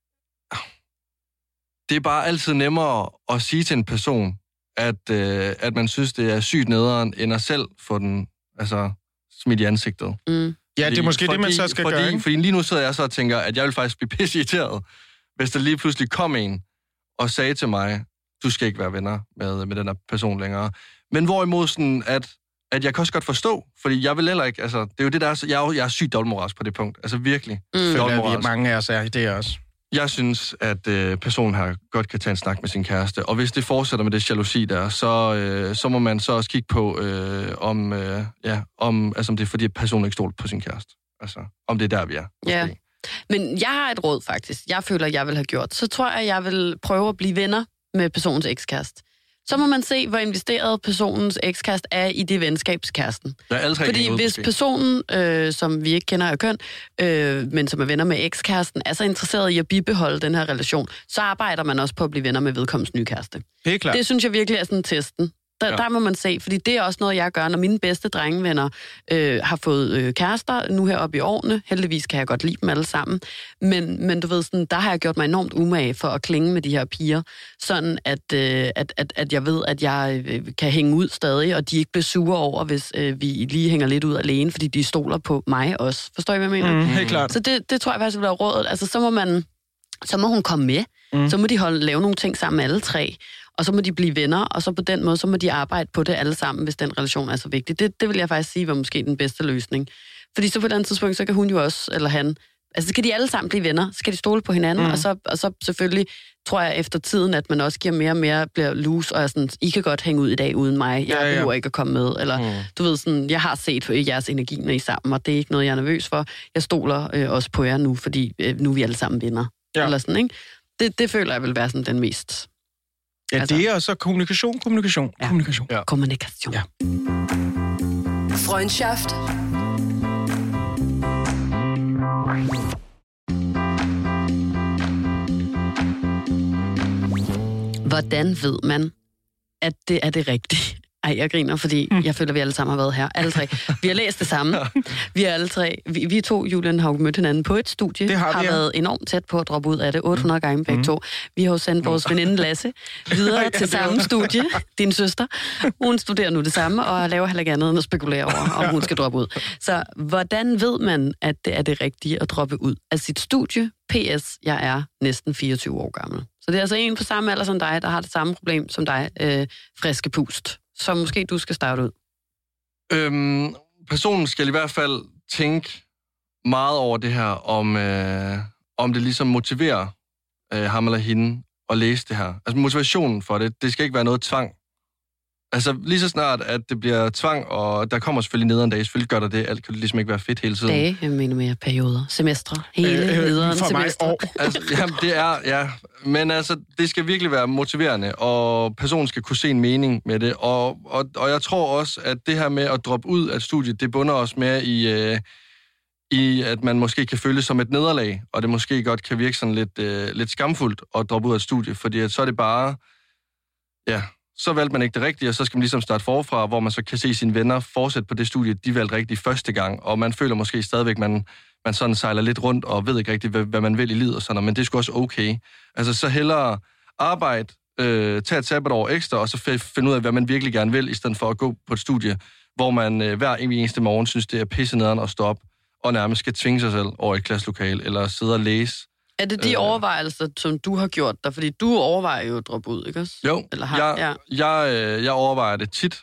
det er bare altid nemmere at sige til en person, at man synes, det er sygt nederen, end at selv få den smidt i ansigtet. Ja, det er måske det, man så skal gøre, ikke? Fordi lige nu sidder jeg så og tænker, at jeg vil faktisk blive pisseirriteret, hvis der lige pludselig kom en og sagde til mig, du skal ikke være venner med den her person længere. Men hvorimod sådan, at jeg kan også godt forstå, fordi jeg vil heller ikke, det er jo det der, jeg er sygt dobbeltmoralsk på det punkt. Altså virkelig. Føler vi mange af os er i det også. Jeg synes, at personen her godt kan tage en snak med sin kæreste, og hvis det fortsætter med det jalousi der, så må man så også kigge på, om det er fordi, personen ikke stoler på sin kæreste. Altså, om det er der, vi er. Ja. Men jeg har et råd faktisk, jeg føler, jeg vil have gjort. Så tror jeg vil prøve at blive venner med personens ekskæreste. Så må man se, hvor investeret personens ekskæreste er i det venskabskæresten. Fordi hvis personen, som vi ikke kender af køn, men som er venner med ekskæresten, er så interesseret i at bibeholde den her relation, så arbejder man også på at blive venner med vedkommens nye kæreste. Det er klart. Det synes jeg virkelig er sådan testen. Der må man se, fordi det er også noget, jeg gør, når mine bedste drengevenner har fået kærester nu her oppe i årene. Heldigvis kan jeg godt lide dem alle sammen. Men du ved, sådan, der har jeg gjort mig enormt umage for at klinge med de her piger, sådan at jeg ved, at jeg kan hænge ud stadig, og de ikke bliver sure over, hvis vi lige hænger lidt ud alene, fordi de stoler på mig også. Forstår I, hvad jeg mener? Helt klart. Så det tror jeg faktisk vil være rådet. Altså, så må hun komme med. Så må de lave nogle ting sammen alle tre. Og så må de blive venner, og så på den måde, så må de arbejde på det alle sammen, hvis den relation er så vigtig. Det vil jeg faktisk sige var måske den bedste løsning. Fordi så på et andet tidspunkt, så kan hun jo også, eller han, så kan de alle sammen blive venner, så kan de stole på hinanden, og så selvfølgelig tror jeg efter tiden, at man også giver mere og mere, bliver loose, og er sådan, I kan godt hænge ud i dag uden mig, jeg behøver ikke at komme med, eller du ved sådan, jeg har set jeres energi, når I er sammen, og det er ikke noget, jeg er nervøs for. Jeg stoler også på jer nu, fordi nu er vi alle sammen venner. Eller sådan, ikke? Det føler jeg vil være sådan den mest... Ja, det er så kommunikation. Ja. Kommunikation. Ja. Freundschaft. Hvordan ved man, at det er det rigtige? Ej, jeg griner, fordi jeg føler, at vi alle sammen har været her. Alle tre. Vi har læst det samme. Vi er alle tre. Vi to, Julian, har jo mødt hinanden på et studie. Det har været enormt tæt på at droppe ud af det 800 gange begge to. Vi har jo sendt vores veninde Lasse videre til samme studie. Din søster. Hun studerer nu det samme, og laver heller ikke andet end at spekulere over, om hun skal droppe ud. Så hvordan ved man, at det er det rigtige at droppe ud af sit studie? PS, jeg er næsten 24 år gammel. Så det er altså en på samme alder som dig, der har det samme problem som dig, friske pust. Så måske du skal starte ud. Personen skal i hvert fald tænke meget over det her, om det ligesom motiverer ham eller hende at læse det her. Altså motivationen for det, det skal ikke være noget tvang. Altså lige så snart, at det bliver tvang, og der kommer selvfølgelig nederen dage, selvfølgelig gør der det, alt kan det ligesom ikke være fedt hele tiden. Dage, jeg mener mere perioder, semestre, hele nederen semestre. Altså, jamen, det er, ja, men altså, det skal virkelig være motiverende, og personen skal kunne se en mening med det, og jeg tror også, at det her med at droppe ud af studiet, det bunder også mere i, at man måske kan føle som et nederlag, og det måske godt kan virke sådan lidt skamfuldt at droppe ud af studiet, fordi at så er det bare, ja, så valgte man ikke det rigtige, og så skal man ligesom starte forfra, hvor man så kan se sine venner fortsætte på det studie, de valgte rigtigt første gang, og man føler måske stadigvæk, man sådan sejler lidt rundt, og ved ikke rigtigt, hvad man vil i livet og sådan noget, men det er sgu også okay. Altså så hellere arbejde, tage et sabbatår ekstra, og så finde ud af, hvad man virkelig gerne vil, i stedet for at gå på et studie, hvor man hver eneste morgen synes, det er pisse nederen at stå op, og nærmest skal tvinge sig selv over et klasselokale, eller sidde og læse. Er det de overvejelser, som du har gjort dig? Fordi du overvejer jo at droppe ud, ikke også? Jo, eller jeg overvejer det tit.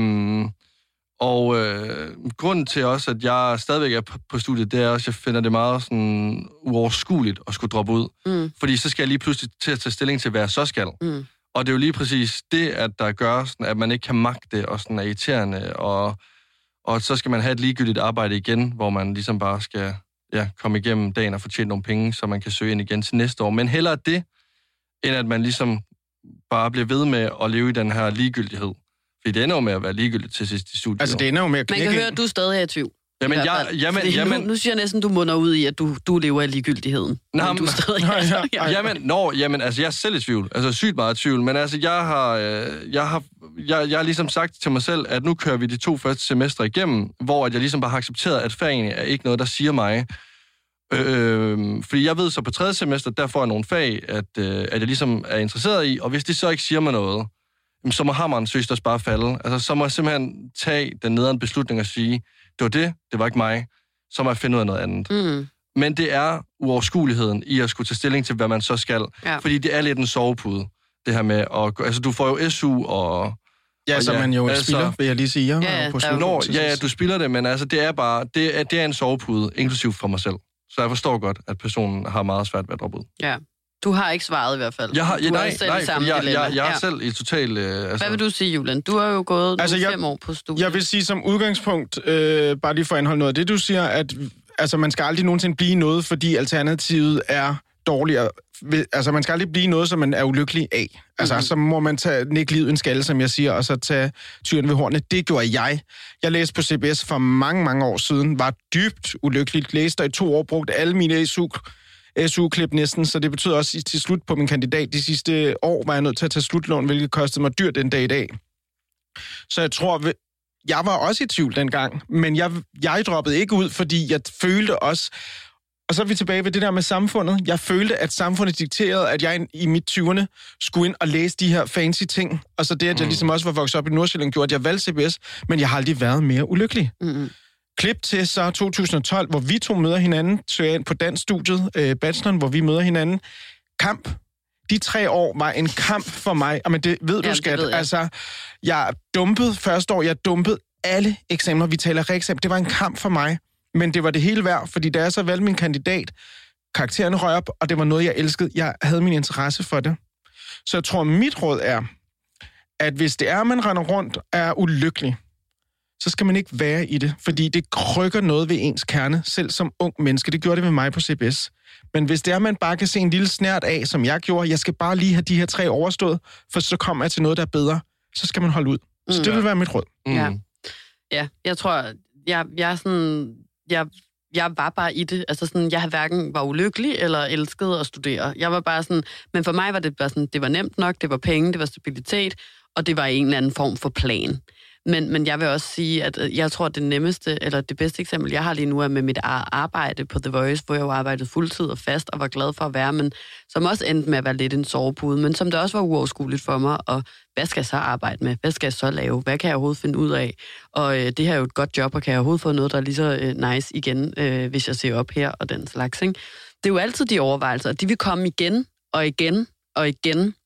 Grunden til også, at jeg stadigvæk er på studiet, det er også, at jeg finder det meget sådan uoverskueligt at skulle droppe ud. Fordi så skal jeg lige pludselig til at tage stilling til, hvad jeg så skal. Og det er jo lige præcis det, at der gør, sådan, at man ikke kan magte det, og sådan er irriterende, og så skal man have et ligegyldigt arbejde igen, hvor man ligesom bare skal komme igennem dagen og fortjene nogle penge, så man kan søge ind igen til næste år. Men hellere det, end at man ligesom bare bliver ved med at leve i den her ligegyldighed. Fordi det ender jo med at være ligegyldigt til sidst i studiet. Altså det ender jo med at knække. Man kan høre, at du stadig er i tvivl. Jamen, nu siger jeg næsten, du munder ud i, at du lever i ligegyldigheden. Jamen, altså jeg er selv i tvivl. Altså sygt meget i tvivl. Men altså jeg har ligesom sagt til mig selv, at nu kører vi de 2 første semestre igennem, hvor jeg ligesom bare har accepteret, at fagene er ikke noget, der siger mig. Fordi jeg ved så på 3. semester, der får jeg nogle fag, at jeg ligesom er interesseret i, og hvis de så ikke siger mig noget, så må hammeren søst også bare falde. Altså så må jeg simpelthen tage den nederen beslutning og sige, det var ikke mig, så må jeg finde ud af noget andet. Men det er uoverskueligheden i at skulle tage stilling til, hvad man så skal. Ja. Fordi det er lidt en sovepude, det her med at... Altså, du får jo SU og... Ja, så man jo spilder, vil jeg lige sige. Du spilder det, men altså, det er bare... Det er en sovepude, inklusiv for mig selv. Så jeg forstår godt, at personen har meget svært ved at droppe ud. Ja. Du har ikke svaret i hvert fald. Jeg har selv i total... Hvad vil du sige, Julian? Du har jo gået 5 år på studiet. Jeg vil sige som udgangspunkt, bare lige for at indholde noget af det, du siger, at altså, man skal aldrig nogensinde blive noget, fordi alternativet er dårligere. Altså, man skal aldrig blive noget, som man er ulykkelig af. Altså, så må man nikke livet en skalle, som jeg siger, og så tage tyren ved hornet. Det gjorde jeg. Jeg læste på CBS for mange, mange år siden, var dybt ulykkeligt, læste og i 2 år, brugte alle mine SU-klip næsten, så det betyder også til slut på min kandidat de sidste år, var jeg nødt til at tage slutlån, hvilket kostede mig dyrt den dag i dag. Så jeg tror, jeg var også i tvivl dengang, men jeg droppede ikke ud, fordi jeg følte også, og så er vi tilbage ved det der med samfundet. Jeg følte, at samfundet dikterede, at jeg i midt 20'erne skulle ind og læse de her fancy ting, og så det, at jeg ligesom også var vokset op i Nordsjælland, gjorde, at jeg valgte CBS, men jeg har aldrig været mere ulykkelig. Klip til så 2012, hvor vi 2 møder hinanden, søger ind på danskstudiet, bacheloren, hvor vi møder hinanden. Kamp. De 3 år var en kamp for mig. Men det ved du, skat. Altså, jeg dumpede første år, jeg dumpede alle eksamener. Vi taler reeksamen. Det var en kamp for mig. Men det var det hele værd, fordi da jeg så valgte min kandidat, karaktererne røg op, og det var noget, jeg elskede. Jeg havde min interesse for det. Så jeg tror, mit råd er, at hvis det er, man render rundt er ulykkelig, så skal man ikke være i det, fordi det krykker noget ved ens kerne, selv som ung menneske. Det gjorde det ved mig på CBS. Men hvis det er, man bare kan se en lille snært af, som jeg gjorde, jeg skal bare lige have de her 3 overstået, for så kommer jeg til noget, der er bedre, så skal man holde ud. Så det vil være mit råd. Ja, jeg tror, jeg var bare i det. Altså sådan, jeg hverken var ulykkelig eller elskede at studere. Jeg var bare sådan, men for mig var det bare sådan, det var nemt nok, det var penge, det var stabilitet, og det var en eller anden form for plan. Men jeg vil også sige, at jeg tror, at det nemmeste, eller det bedste eksempel, jeg har lige nu, er med mit arbejde på The Voice, hvor jeg jo arbejdede fuldtid og fast, og var glad for at være, men som også endte med at være lidt en sovepude, men som det også var uoverskueligt for mig, og hvad skal jeg så arbejde med? Hvad skal jeg så lave? Hvad kan jeg overhovedet finde ud af? Og det her er jo et godt job, og kan jeg overhovedet få noget, der er lige så nice igen, hvis jeg ser op her og den slags, ikke? Det er jo altid de overvejelser, og de vil komme igen og igen og igen.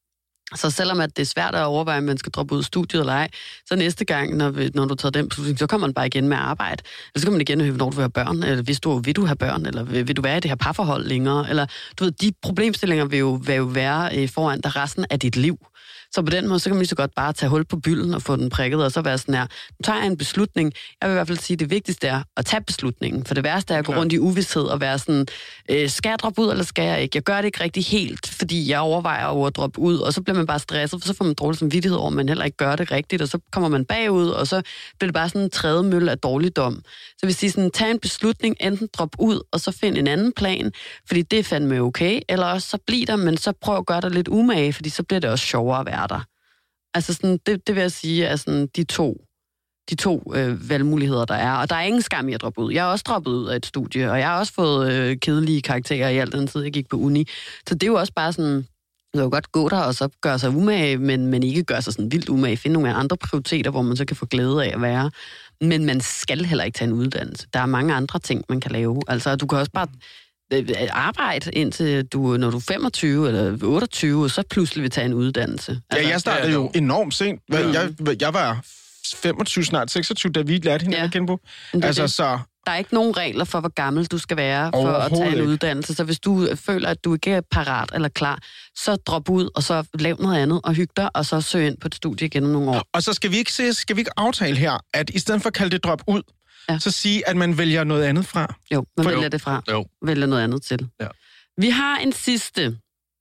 Så selvom at det er svært at overveje, om man skal droppe ud af studiet eller ej, så næste gang, når du tager den beslutning, så kommer man bare igen med arbejde. Eller så kommer man igen, når du vil have børn, eller vil du have børn, eller vil du være i det her parforhold længere, eller du ved, de problemstillinger vil jo være foran dig resten af dit liv. Så på den måde, så kan man lige så godt bare tage hul på bylden og få den prikket, og så være sådan her, nu tager jeg en beslutning. Jeg vil i hvert fald sige, at det vigtigste er at tage beslutningen, for det værste er at gå rundt i uvished og være sådan, skal jeg droppe ud, eller skal jeg ikke? Jeg gør det ikke rigtig helt, fordi jeg overvejer at droppe ud, og så bliver man bare stresset, for så får man dårlig samvittighed over, at man heller ikke gør det rigtigt, og så kommer man bagud, og så bliver det bare sådan en trædemølle af dårligdom. Så hvis de sådan, tag en beslutning, enten drop ud, og så find en anden plan, fordi det er fandme okay, eller også så bliver der, men så prøv at gøre dig lidt umage, fordi så bliver det også sjovere at være der. Altså sådan, det vil jeg sige er sådan de to valgmuligheder, der er. Og der er ingen skam i at droppe ud. Jeg har også droppet ud af et studie, og jeg har også fået kedelige karakterer i al den tid, jeg gik på uni. Så det er jo også bare sådan, du kan jo godt gå der og så gøre sig umage, men ikke gøre sig sådan vildt umage. Finde nogle andre prioriteter, hvor man så kan få glæde af at være. Men man skal heller ikke tage en uddannelse. Der er mange andre ting, man kan lave. Altså, du kan også bare arbejde indtil når du er 25 eller 28, og så pludselig vil tage en uddannelse. Altså, ja, jeg startede jo enormt sent. Jeg var 25, snart 26, da vi lærte hende at kende på. Altså, så... Der er ikke nogen regler for, hvor gammel du skal være for at tage en uddannelse. Så hvis du føler, at du ikke er parat eller klar, så drop ud, og så lav noget andet og hygge dig, og så søg ind på et studie gennem nogle år. Og så skal vi ikke aftale her, at i stedet for at kalde det drop ud, så sige, at man vælger noget andet fra. Jo, man vælger det fra. Jo. Vælger noget andet til. Ja. Vi har en sidste,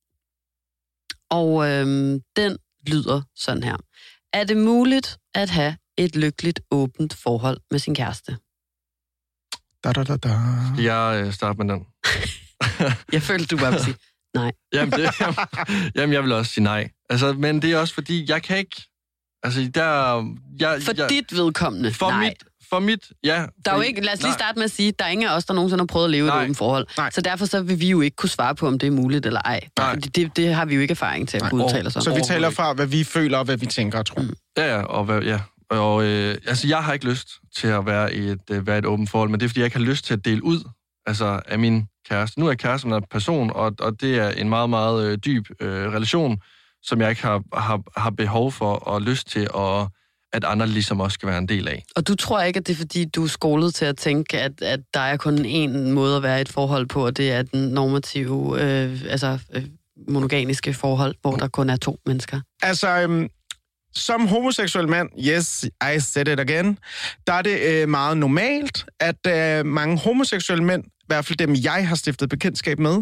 og den lyder sådan her. Er det muligt at have et lykkeligt, åbent forhold med sin kæreste? Jeg starter med den. Jeg følte, du bare ville sige nej. Jamen, jeg vil også sige nej. Altså, men det er også fordi, jeg kan ikke... Altså, dit vedkommende, nej. For mit, ja. Der er jo ikke, lad os lige starte med at sige, at der er ingen af os, der nogensinde har prøvet at leve i et åbent forhold. Nej. Så derfor så vil vi jo ikke kunne svare på, om det er muligt eller ej. Fordi det har vi jo ikke erfaring til at kunne udtale os om. Så vi taler fra, hvad vi føler og hvad vi tænker og tror. Altså, jeg har ikke lyst til at være i et åbent forhold, men det er, fordi jeg ikke har lyst til at dele ud af min kæreste. Nu er jeg kæreste med en person, og det er en meget, meget dyb relation, som jeg ikke har behov for og lyst til, at andre ligesom også skal være en del af. Og du tror ikke, at det er, fordi du er skolet til at tænke, at der er kun én måde at være i et forhold på, og det er den normative, monogamiske forhold, hvor der kun er 2 mennesker? Altså... Som homoseksuel mand, yes, I said it again, der er det meget normalt, at mange homoseksuelle mænd, i hvert fald dem jeg har stiftet bekendtskab med,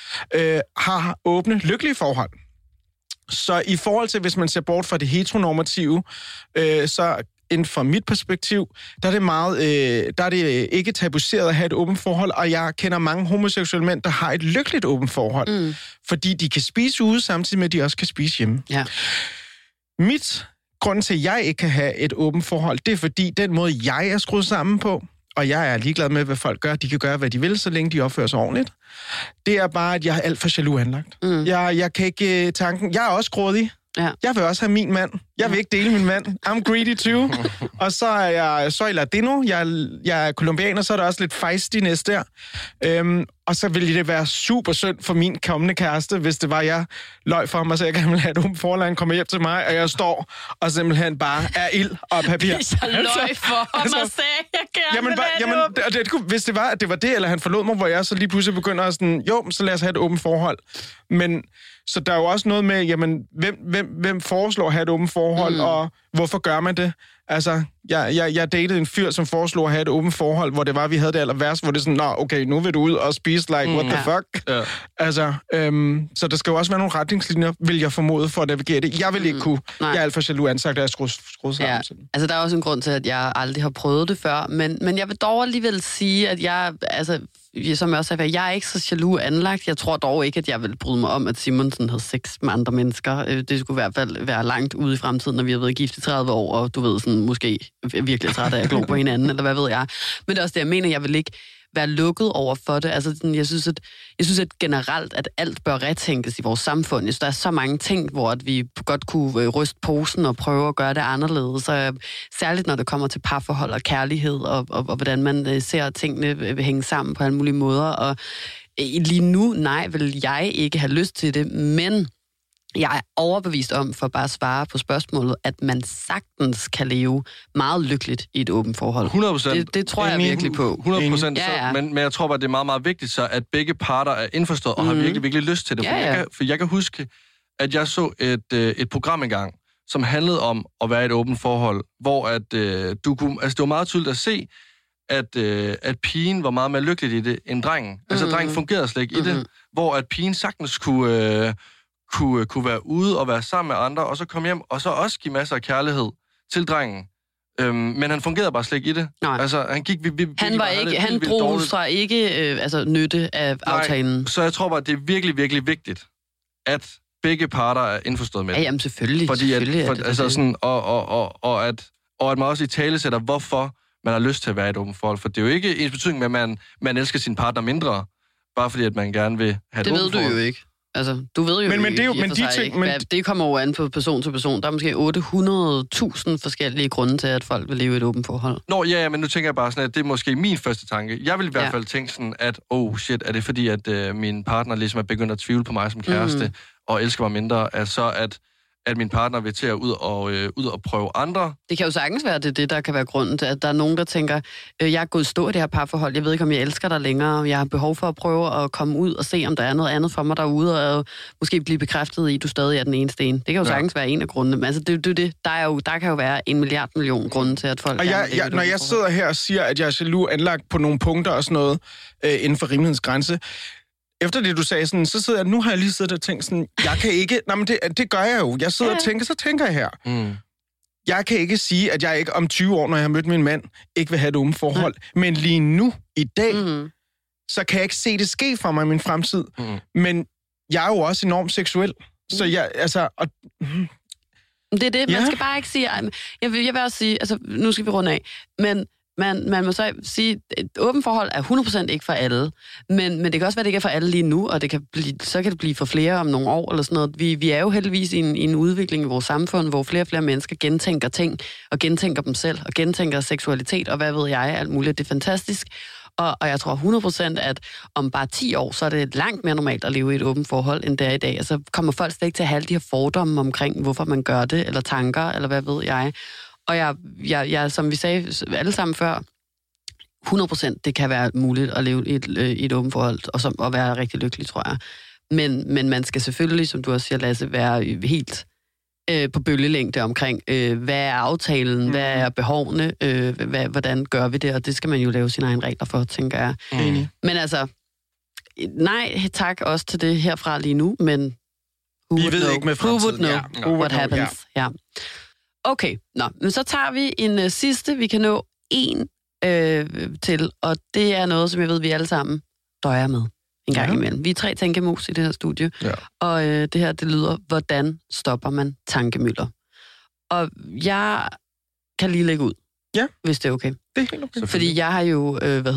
har åbne, lykkelige forhold. Så i forhold til, hvis man ser bort fra det heteronormative, så inden for mit perspektiv, der er det ikke tabuiseret at have et åbent forhold, og jeg kender mange homoseksuelle mænd, der har et lykkeligt åbent forhold, fordi de kan spise ude, samtidig med, at de også kan spise hjemme. Ja. Grunden til, at jeg ikke kan have et åbent forhold, det er fordi, den måde, jeg er skruet sammen på, og jeg er ligeglad med, hvad folk gør, de kan gøre, hvad de vil, så længe de opfører sig ordentligt, det er bare, at jeg er alt for jaloux anlagt. Jeg kan ikke tanken. Jeg er også grådig. Ja. Jeg vil også have min mand. Jeg vil ikke dele min mand. I'm greedy too. Og så er jeg soy latino. Jeg er kolumbianer, så er der også lidt feistiness der. Og så ville det være super synd for min kommende kæreste, hvis det var, jeg løg for mig, så jeg gerne ville have et åbent forhold, han kommer hjem til mig, og jeg står og simpelthen bare er ild og papir. Hvis jeg løg for ham og sagde, jeg gerne hvis det var, at det var det, eller han forlod mig, hvor jeg så lige pludselig begynder at sådan, jo, så lad os have et åbent forhold. Men så der er jo også noget med, jamen, hvem foreslår at have et åbent forhold, og hvorfor gør man det? Altså, jeg datede en fyr, som foreslog at have et åbent forhold, hvor det var, vi havde det aller værst, hvor det er sådan, nå, okay, nu vil du ud og spise, like, what the fuck? Ja. Altså, så der skal jo også være nogle retningslinjer, vil jeg formode, for at navigere det. Jeg vil ikke kunne. Jeg er alt for jaloux ansagt, at jeg er skruet sammen. Ja. Altså, der er også en grund til, at jeg aldrig har prøvet det før, men jeg vil dog alligevel sige, at jeg, altså, som jeg også sagde, jeg er ikke så jaloux anlagt. Jeg tror dog ikke, at jeg vil bryde mig om, at Simonsen havde sex med andre mennesker. Det skulle i hvert fald være langt ude i fremtiden, når vi har været gift i 30 år, og du ved, sådan, måske virkelig træt af at glo på hinanden, eller hvad ved jeg. Men det er også det, jeg mener, jeg vil ikke være lukket over for det. Altså, sådan, jeg synes, at generelt, at alt bør retænkes i vores samfund. Jeg synes, der er så mange ting, hvor at vi godt kunne ryste posen og prøve at gøre det anderledes. Så, særligt når det kommer til parforhold og kærlighed, og hvordan man ser tingene hænge sammen på alle mulige måder. Og lige nu, nej, vil jeg ikke have lyst til det, men Jeg er overbevist om, for bare at svare på spørgsmålet, at man sagtens kan leve meget lykkeligt i et åbent forhold. 100%. Det tror jeg virkelig på. 100%. Ja. Men jeg tror bare, det er meget, meget vigtigt, så at begge parter er indforstået og har virkelig, virkelig lyst til det. For jeg kan huske, at jeg så et program engang, som handlede om at være i et åbent forhold, hvor at, det var meget tydeligt at se, at pigen var meget mere lykkelig i det end drengen. Altså, drengen fungerede slet ikke i det, hvor at pigen sagtens kunne være ude og være sammen med andre, og så komme hjem, og så også give masser af kærlighed til drengen. Men han fungerede bare slet ikke i det. Nej. Altså, han drog sig ikke nytte af aftalen. Så jeg tror bare, det er virkelig, virkelig vigtigt, at begge parter er indforstået med det. Ja, jamen selvfølgelig. Fordi at man også i tale sætter, hvorfor man har lyst til at være i et åbent forhold. For det er jo ikke ens betydning med, at man elsker sin partner mindre, bare fordi, at man gerne vil have et åbent forhold. Det ved du jo ikke. Altså, du ved jo det kommer jo an på person til person. Der er måske 800.000 forskellige grunde til, at folk vil leve i et åbent forhold. Nå, ja, men nu tænker jeg bare sådan, at det er måske min første tanke. Jeg vil i hvert fald tænke sådan, at er det fordi, at min partner ligesom er begyndt at tvivle på mig som kæreste, og elsker mig mindre, at min partner vil til at ud og prøve andre. Det kan jo sagtens være, det der kan være grunden til, at der er nogen, der tænker, jeg er gået stå i det her parforhold, jeg ved ikke, om jeg elsker dig længere, jeg har behov for at prøve at komme ud og se, om der er noget andet for mig derude, og måske blive bekræftet i, at du stadig er den eneste en. Det kan jo sagtens være en af grundene, men altså, det. Der kan jo være 1 million grunde til, at folk... Og når jeg sidder her og siger, at jeg er jaloux anlagt på nogle punkter og sådan noget, inden for rimelighedens efter det, du sagde sådan, så sidder jeg, nu har jeg lige siddet og tænkt sådan, jeg kan ikke, men det gør jeg jo. Jeg sidder og tænker, så tænker jeg her. Jeg kan ikke sige, at jeg ikke om 20 år, når jeg har mødt min mand, ikke vil have et åbent forhold. Men lige nu, i dag, så kan jeg ikke se det ske for mig i min fremtid. Men jeg er jo også enormt seksuel. Så jeg, Det er det, man skal bare ikke sige, jeg vil også sige, altså, nu skal vi runde af, men man må så sige, at et åbent forhold er 100% ikke for alle, men det kan også være, at det ikke er for alle lige nu, og så kan det blive for flere om nogle år, eller sådan noget. Vi er jo heldigvis i en udvikling i vores samfund, hvor flere og flere mennesker gentænker ting, og gentænker dem selv, og gentænker seksualitet, og hvad ved jeg, alt muligt. Det er fantastisk. Og jeg tror 100%, at om bare 10 år, så er det langt mere normalt at leve i et åbent forhold, end det er i dag. Altså kommer folk slet ikke til at have alle de her fordomme omkring, hvorfor man gør det, eller tanker, eller hvad ved jeg. Og jeg, som vi sagde alle sammen før, 100% det kan være muligt at leve i et åbent forhold, og være rigtig lykkelig, tror jeg. Men man skal selvfølgelig, som du også siger, Lasse, være helt på bølgelængde omkring, hvad er aftalen, hvad er behovene, hvordan gør vi det, og det skal man jo lave sine egne regler for, tænker jeg. Men altså, nej tak også til det herfra lige nu, men vi ved ikke med fremtiden. Who would know what happens? Ja. Okay, men så tager vi en sidste, vi kan nå en til, og det er noget, som jeg ved, vi alle sammen døjer med en gang imellem. Vi er 3 tænkemus i det her studie, og det her, det lyder, hvordan stopper man tankemylder? Og jeg kan lige lægge ud, hvis det er okay. Det er helt okay. Fordi jeg har jo,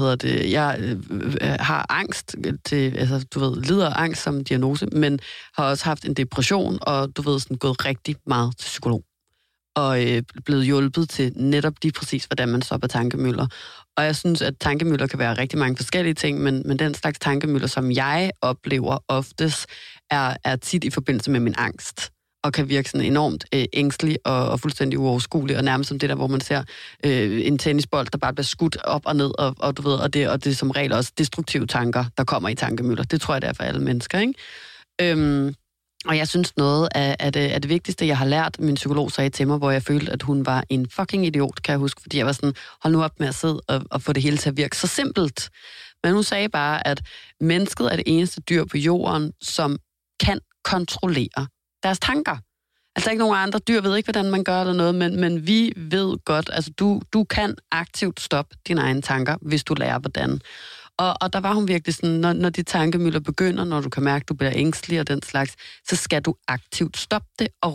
har angst til, altså du ved, lider af angst som diagnose, men har også haft en depression, og du ved, sådan gået rigtig meget til psykolog. Og blevet hjulpet til netop lige præcis, hvordan man stopper tankemylder. Og jeg synes, at tankemylder kan være rigtig mange forskellige ting, men den slags tankemylder, som jeg oplever oftest, er tit i forbindelse med min angst, og kan virke sådan enormt ængstelig og fuldstændig uoverskuelig, og nærmest som det der, hvor man ser en tennisbold, der bare bliver skudt op og ned, og du ved, og det er som regel også destruktive tanker, der kommer i tankemylder. Det tror jeg, det er for alle mennesker, ikke? Og jeg synes noget af det vigtigste, jeg har lært, min psykolog sagde til mig, hvor jeg følte, at hun var en fucking idiot, kan jeg huske, fordi jeg var sådan, hold nu op med at sidde og få det hele til at virke så simpelt. Men hun sagde bare, at mennesket er det eneste dyr på jorden, som kan kontrollere deres tanker. Altså ikke nogen andre dyr ved ikke, hvordan man gør eller noget, men vi ved godt, altså du kan aktivt stoppe dine egne tanker, hvis du lærer hvordan. Og der var hun virkelig sådan, når de tankemylder begynder, når du kan mærke, at du bliver ængstelig og den slags, så skal du aktivt stoppe det og rykke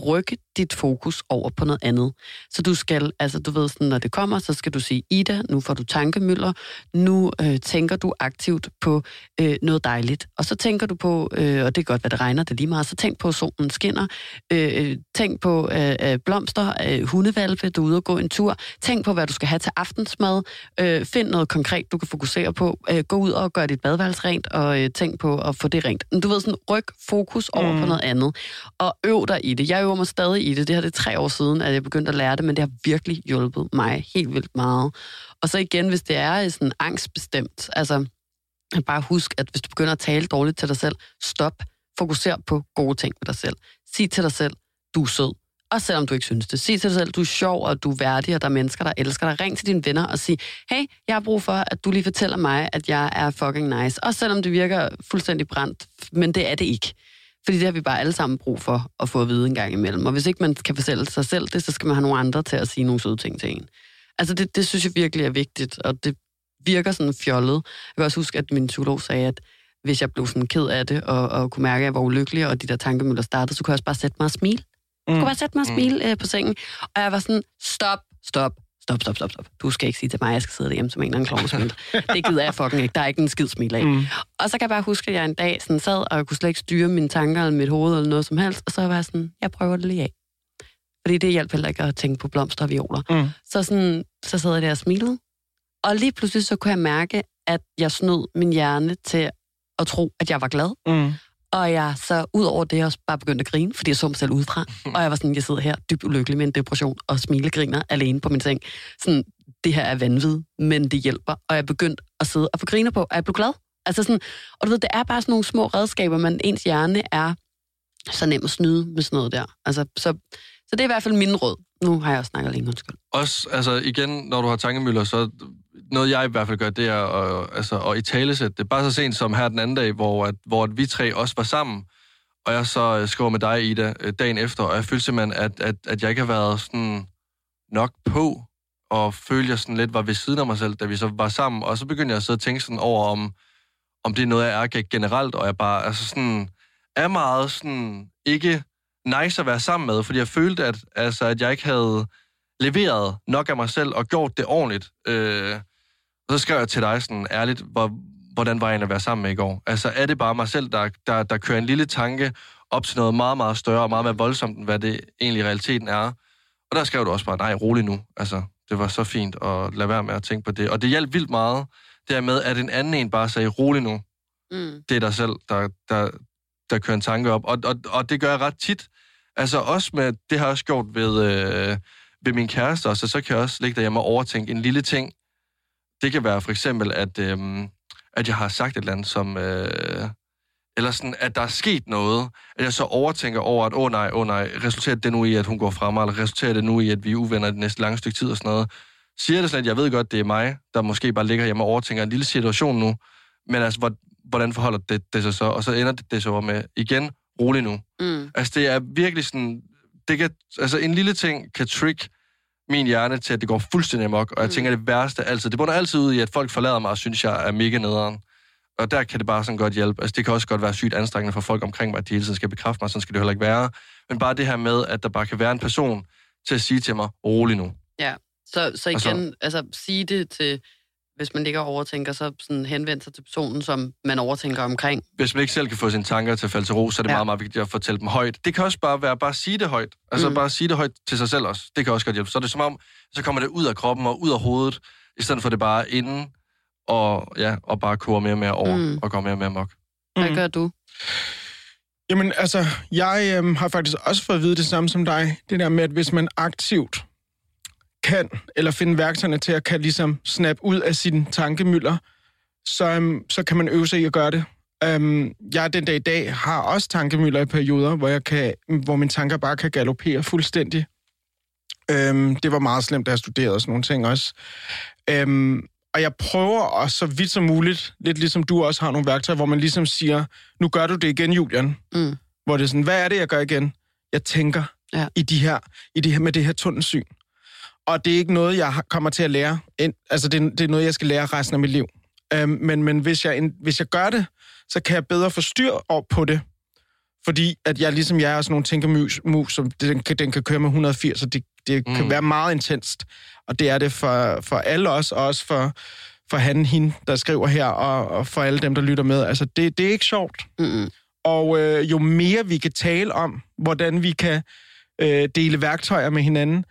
dit fokus over på noget andet. Så du skal, altså du ved sådan, når det kommer, så skal du sige, Ida, nu får du tankemylder, nu tænker du aktivt på noget dejligt. Og så tænker du på, og det er godt, hvad det regner, det er lige meget, så tænk på, solen skinner, tænk på blomster, hundevalpe, du er ude og gå en tur, tænk på, hvad du skal have til aftensmad, find noget konkret, du kan fokusere på, gå ud og gør dit badeværelse rent, og tænk på at få det rent. Du ved sådan, ryk fokus over på noget andet, og øv dig i det. Jeg øver mig stadig i det. Det her det er 3 år siden, at jeg begyndte at lære det, men det har virkelig hjulpet mig helt vildt meget. Og så igen, hvis det er sådan angstbestemt, altså bare husk, at hvis du begynder at tale dårligt til dig selv, stop, fokuser på gode ting ved dig selv. Sig til dig selv, du er sød. Også selvom du ikke synes det. Sig til dig selv, du er sjov, og du er værdig, og der er mennesker, der elsker dig. Ring til dine venner og sig, hey, jeg har brug for, at du lige fortæller mig, at jeg er fucking nice. Også selvom det virker fuldstændig brændt, men det er det ikke. Fordi det har vi bare alle sammen brug for at få at vide en gang imellem. Og hvis ikke man kan fortælle sig selv det, så skal man have nogle andre til at sige nogle søde ting til en. Altså det synes jeg virkelig er vigtigt, og det virker sådan fjollet. Jeg kan også huske, at min psykolog sagde, at hvis jeg blev sådan ked af det, og kunne mærke, at jeg var ulykkelig, og de der tankemøller startede, så kunne jeg også bare sætte mig og smile. Jeg kunne bare sætte mig og smile på sengen. Og jeg var sådan, stop. Du skal ikke sige til mig, at jeg skal sidde derhjemme som en eller anden klovnesmil. Det gider jeg fucking ikke. Der er ikke en skid smil af. Og så kan jeg bare huske, at jeg en dag sådan sad, og jeg kunne slet ikke styre mine tanker eller mit hoved eller noget som helst. Og så var jeg sådan, jeg prøver det lige af. Fordi det hjælper heller ikke at tænke på blomster og violer. Så sad jeg der og smilede. Og lige pludselig så kunne jeg mærke, at jeg snød min hjerne til at tro, at jeg var glad. Og jeg så ud over det også bare begyndte at grine, fordi jeg så mig selv udefra. Og jeg var sådan, jeg sidder her dybt ulykkelig med en depression og smilegriner alene på min seng. Sådan, det her er vanvid, men det hjælper. Og jeg begyndte at sidde og få griner på, og jeg blev glad. Altså sådan, og du ved, det er bare sådan nogle små redskaber, men ens hjerne er så nem at snyde med sådan noget der. Altså, så det er i hvert fald min råd. Nu har jeg også snakket længe, undskyld. Også, altså igen, når du har tankemylder, så noget jeg i hvert fald gør, det er at italesætte det. Bare så sent som her den anden dag, hvor vi 3 også var sammen, og jeg så skriver med dig, Ida, dagen efter, og jeg følte simpelthen, at jeg ikke har været sådan nok på, og følte jeg sådan lidt var ved siden af mig selv, da vi så var sammen, og så begyndte jeg at sidde og tænke sådan over, om det er noget, jeg er generelt, og jeg bare altså sådan, er meget sådan ikke nice at være sammen med, fordi jeg følte, at jeg ikke havde leveret nok af mig selv og gjort det ordentligt. Og så skrev jeg til dig sådan ærligt, hvordan var jeg at være sammen med i går? Altså, er det bare mig selv, der kører en lille tanke op til noget meget, meget større og meget mere voldsomt, end hvad det egentlig i realiteten er? Og der skrev du også bare, nej, rolig nu. Altså, det var så fint at lade være med at tænke på det. Og det hjalp vildt meget, dermed, at en anden en bare sagde, rolig nu. Det er dig selv, der kører en tanke op. Og det gør jeg ret tit. Altså også med, det har jeg også gjort ved min kæreste, og så kan jeg også ligge derhjemme og overtænke en lille ting. Det kan være for eksempel, at jeg har sagt et eller andet, som... eller sådan, at der er sket noget, at jeg så overtænker over, at åh nej, resulterer det nu i, at hun går fra mig, eller resulterer det nu i, at vi er uvenner det næste lange stykke tid og sådan noget. Siger det sådan, at jeg ved godt, det er mig, der måske bare ligger hjemme og overtænker en lille situation nu, men altså, hvordan forholder det sig så? Og så ender det så med, igen, rolig nu. Altså, det er virkelig sådan... altså, en lille ting kan trick min hjerne til, at det går fuldstændig amok, og jeg tænker, det værste altid... Det bunder altid ud i, at folk forlader mig og synes, jeg er mega nederen. Og der kan det bare sådan godt hjælpe. Altså, det kan også godt være sygt anstrengende for folk omkring mig, at de hele tiden skal bekræfte mig, sådan skal det heller ikke være. Men bare det her med, at der bare kan være en person til at sige til mig, rolig nu. Ja, så igen, altså sige det til... Hvis man ligger og overtænker, så sådan henvende sig til personen, som man overtænker omkring. Hvis man ikke selv kan få sine tanker til at falde til ro, så er det meget, meget vigtigt at fortælle dem højt. Det kan også bare være, bare sige det højt. Altså bare sige det højt til sig selv også. Det kan også godt hjælpe. Så er det som om, så kommer det ud af kroppen og ud af hovedet, i stedet for det bare inden, og bare koger mere og mere over, og går mere og mere amok. Hvad gør du? Jamen, altså, jeg har faktisk også fået at vide det samme som dig. Det der med, at hvis man aktivt kan, eller finde værktøjerne til at kan ligesom snappe ud af sine tankemylder, så kan man øve sig i at gøre det. Jeg den dag i dag har også tankemylder i perioder, hvor mine tanker bare kan galopere fuldstændig. Det var meget slemt, da jeg studerede og sådan nogle ting også. Og jeg prøver også så vidt som muligt, lidt ligesom du også har nogle værktøjer, hvor man ligesom siger, nu gør du det igen, Julian. Hvor det er sådan, hvad er det, jeg gør igen? Jeg tænker i det her med det her tunnelsyn. Og det er ikke noget, jeg kommer til at lære. Altså, det er noget, jeg skal lære resten af mit liv. Men hvis jeg gør det, så kan jeg bedre få styr op på det. Fordi at jeg ligesom jeg er sådan nogle tænkemus, som den kan køre med 180, og det kan være meget intenst. Og det er det for alle os, og også for hende, der skriver her, og for alle dem, der lytter med. Altså, det er ikke sjovt. Og jo mere vi kan tale om, hvordan vi kan dele værktøjer med hinanden,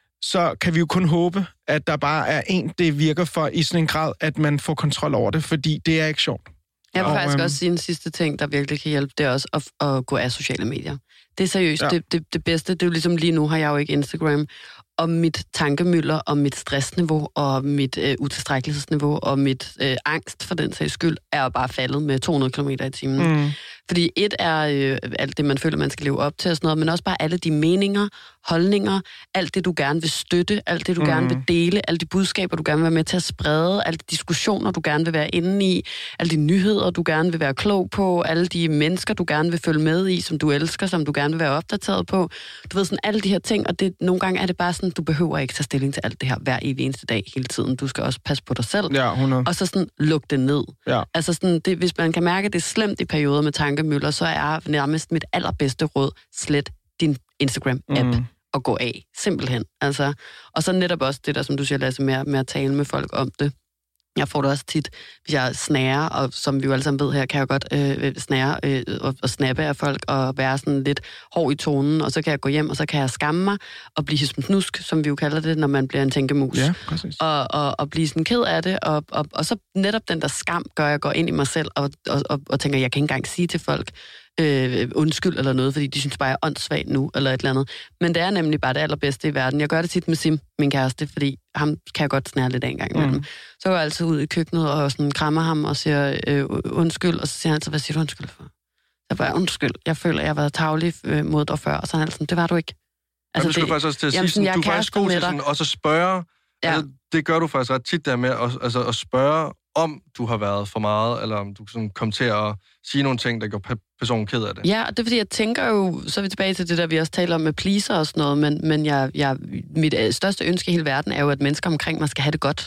så kan vi jo kun håbe, at der bare er en, det virker for i sådan en grad, at man får kontrol over det, fordi det er ikke sjovt. Jeg vil faktisk også sige en sidste ting, der virkelig kan hjælpe, det er også at gå af sociale medier. Det er seriøst det bedste. Det er jo ligesom lige nu har jeg jo ikke Instagram, og mit tankemylder, og mit stressniveau, og mit utilstrækkelighedsniveau, og mit angst for den sags skyld, er jo bare faldet med 200 km i timen. Fordi et er alt det, man føler, man skal leve op til og sådan noget, men også bare alle de meninger, holdninger, alt det, du gerne vil støtte, alt det, du gerne vil dele, alle de budskaber, du gerne vil være med til at sprede, alle de diskussioner, du gerne vil være inde i, alle de nyheder, du gerne vil være klog på, alle de mennesker, du gerne vil følge med i, som du elsker, som du gerne vil være opdateret på. Du ved sådan alle de her ting, og nogle gange er det bare sådan, du behøver ikke tage stilling til alt det her hver evig eneste dag hele tiden. Du skal også passe på dig selv. Ja, 100. Og så sådan luk det ned. Ja. Altså sådan, hvis man kan mærke, at det er slemt i perioder med tankemøller, så er nærmest mit allerbedste råd, slet din Instagram-app og gå af. Simpelthen. Altså, og så netop også det der, som du siger, Lasse, med at tale med folk om det. Jeg får det også tit, hvis jeg snærer, og som vi jo alle sammen ved her, kan jeg godt snære og snappe af folk og være sådan lidt hård i tonen, og så kan jeg gå hjem, og så kan jeg skamme mig og blive hispensnusk, som vi jo kalder det, når man bliver en tænkemus. Ja, præcis. Og blive sådan ked af det, og så netop den der skam gør, at jeg går ind i mig selv og tænker, jeg kan ikke engang sige til folk, undskyld eller noget, fordi de synes bare, jeg er åndssvagt nu, eller et eller andet. Men det er nemlig bare det allerbedste i verden. Jeg gør det tit med Sim, min kæreste, fordi ham kan jeg godt snære lidt af en gang imellem. Så går jeg altid ud i køkkenet og sådan krammer ham og siger undskyld, og så siger han altid, hvad siger du undskyld for? Så bare, undskyld, jeg føler, jeg har været tarvelig mod dig før, og så er han altid, det var du ikke. Altså, du skal faktisk også til at sige, sådan, du er faktisk god til sådan, også at spørge, altså, det gør du faktisk ret tit der med, at spørge, om du har været for meget, eller om du sådan kom til at sige nogle ting, der gør personen ked af det. Ja, og det er fordi, jeg tænker jo, så er vi tilbage til det der, vi også taler om med pleaser og sådan noget, men mit største ønske i hele verden er jo, at mennesker omkring mig skal have det godt.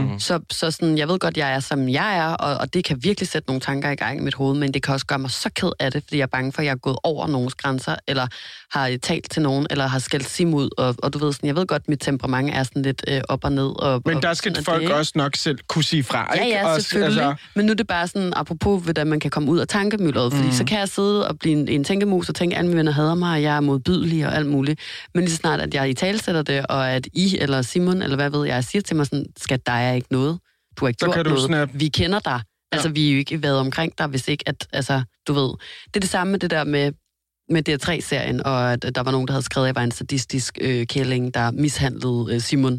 Så sådan, jeg ved godt, jeg er, som jeg er, og det kan virkelig sætte nogle tanker i gang i mit hoved, men det kan også gøre mig så ked af det, fordi jeg er bange for, at jeg er gået over nogens grænser, eller har talt til nogen, eller har skældt Sim ud, og du ved sådan, jeg ved godt, mit temperament er sådan lidt op og ned. Men der skal folk også nok selv kunne sige fra, ikke? Ja, selvfølgelig. Altså... Men nu er det bare sådan, apropos, hvordan man kan komme ud af tankemyldret, fordi så kan jeg sidde og blive en tænkemus og tænke, at alle mine venner hader mig, og jeg er modbydelig og alt muligt. Men lige så snart, at jeg italesætter det, og at I eller Simon, eller hvad ved jeg, siger til mig sådan, skat, der er ikke noget. Du har ikke gjort noget. Snap. Vi kender dig. Altså, vi er jo ikke været omkring dig, hvis ikke, at, altså, du ved. Det er det samme med det der med DR3-serien, og at der var nogen, der havde skrevet, at jeg var en sadistisk kælling, der mishandlede Simon.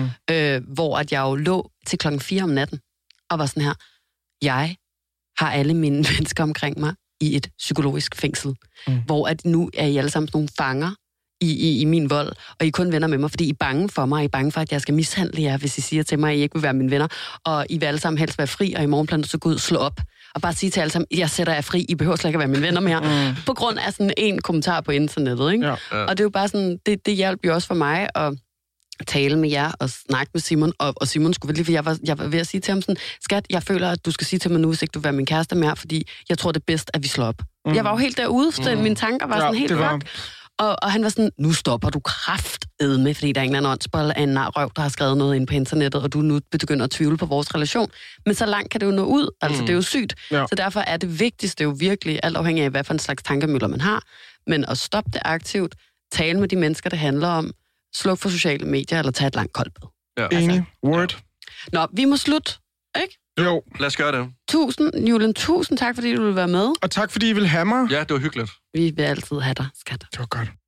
Hvor at jeg jo lå til 4:00 om natten, og var sådan her, jeg har alle mine mennesker omkring mig i et psykologisk fængsel, hvor at nu er I alle sammen nogle fanger i min vold, og I kun venner med mig, fordi I er bange for mig, I er bange for, at jeg skal mishandle jer, hvis I siger til mig, at I ikke vil være mine venner, og I vil alle sammen helst være fri, og i morgen planer så gå ud og slå op, og bare sige til alle sammen, jeg sætter jer fri, I behøver slet ikke at være mine venner mere, på grund af sådan en kommentar på internettet, ikke? Ja. Og det er jo bare sådan, det hjælper jo også for mig at tale med jer og snakke med Simon, og Simon skulle lige, for jeg var ved at sige til ham sådan, skat, jeg føler, at du skal sige til mig nu, hvis ikke du vil være min kæreste mere, fordi jeg tror, det er bedst, at vi slår op. Jeg var jo helt derude, så mine tanker var sådan helt fucked. Og han var sådan, nu stopper du kraftedme, fordi der er en eller anden åndsbold af en røv, der har skrevet noget ind på internettet, og du nu begynder at tvivle på vores relation. Men så langt kan det jo nå ud, altså det er jo sygt. Ja. Så derfor er det vigtigste jo virkelig, alt afhængig af, hvad for en slags tankemøller man har, men at stoppe det aktivt, tale med de mennesker, det handler om, sluk for sociale medier, eller tage et langt koldt bad. Ja. Enig. Word. Nå, vi må slutte, ikke? Jo, lad os gøre det. Julen, tusind tak, fordi du ville være med. Og tak, fordi I ville have mig. Ja, det var hyggeligt. Vi vil altid have dig, skat. Det var godt.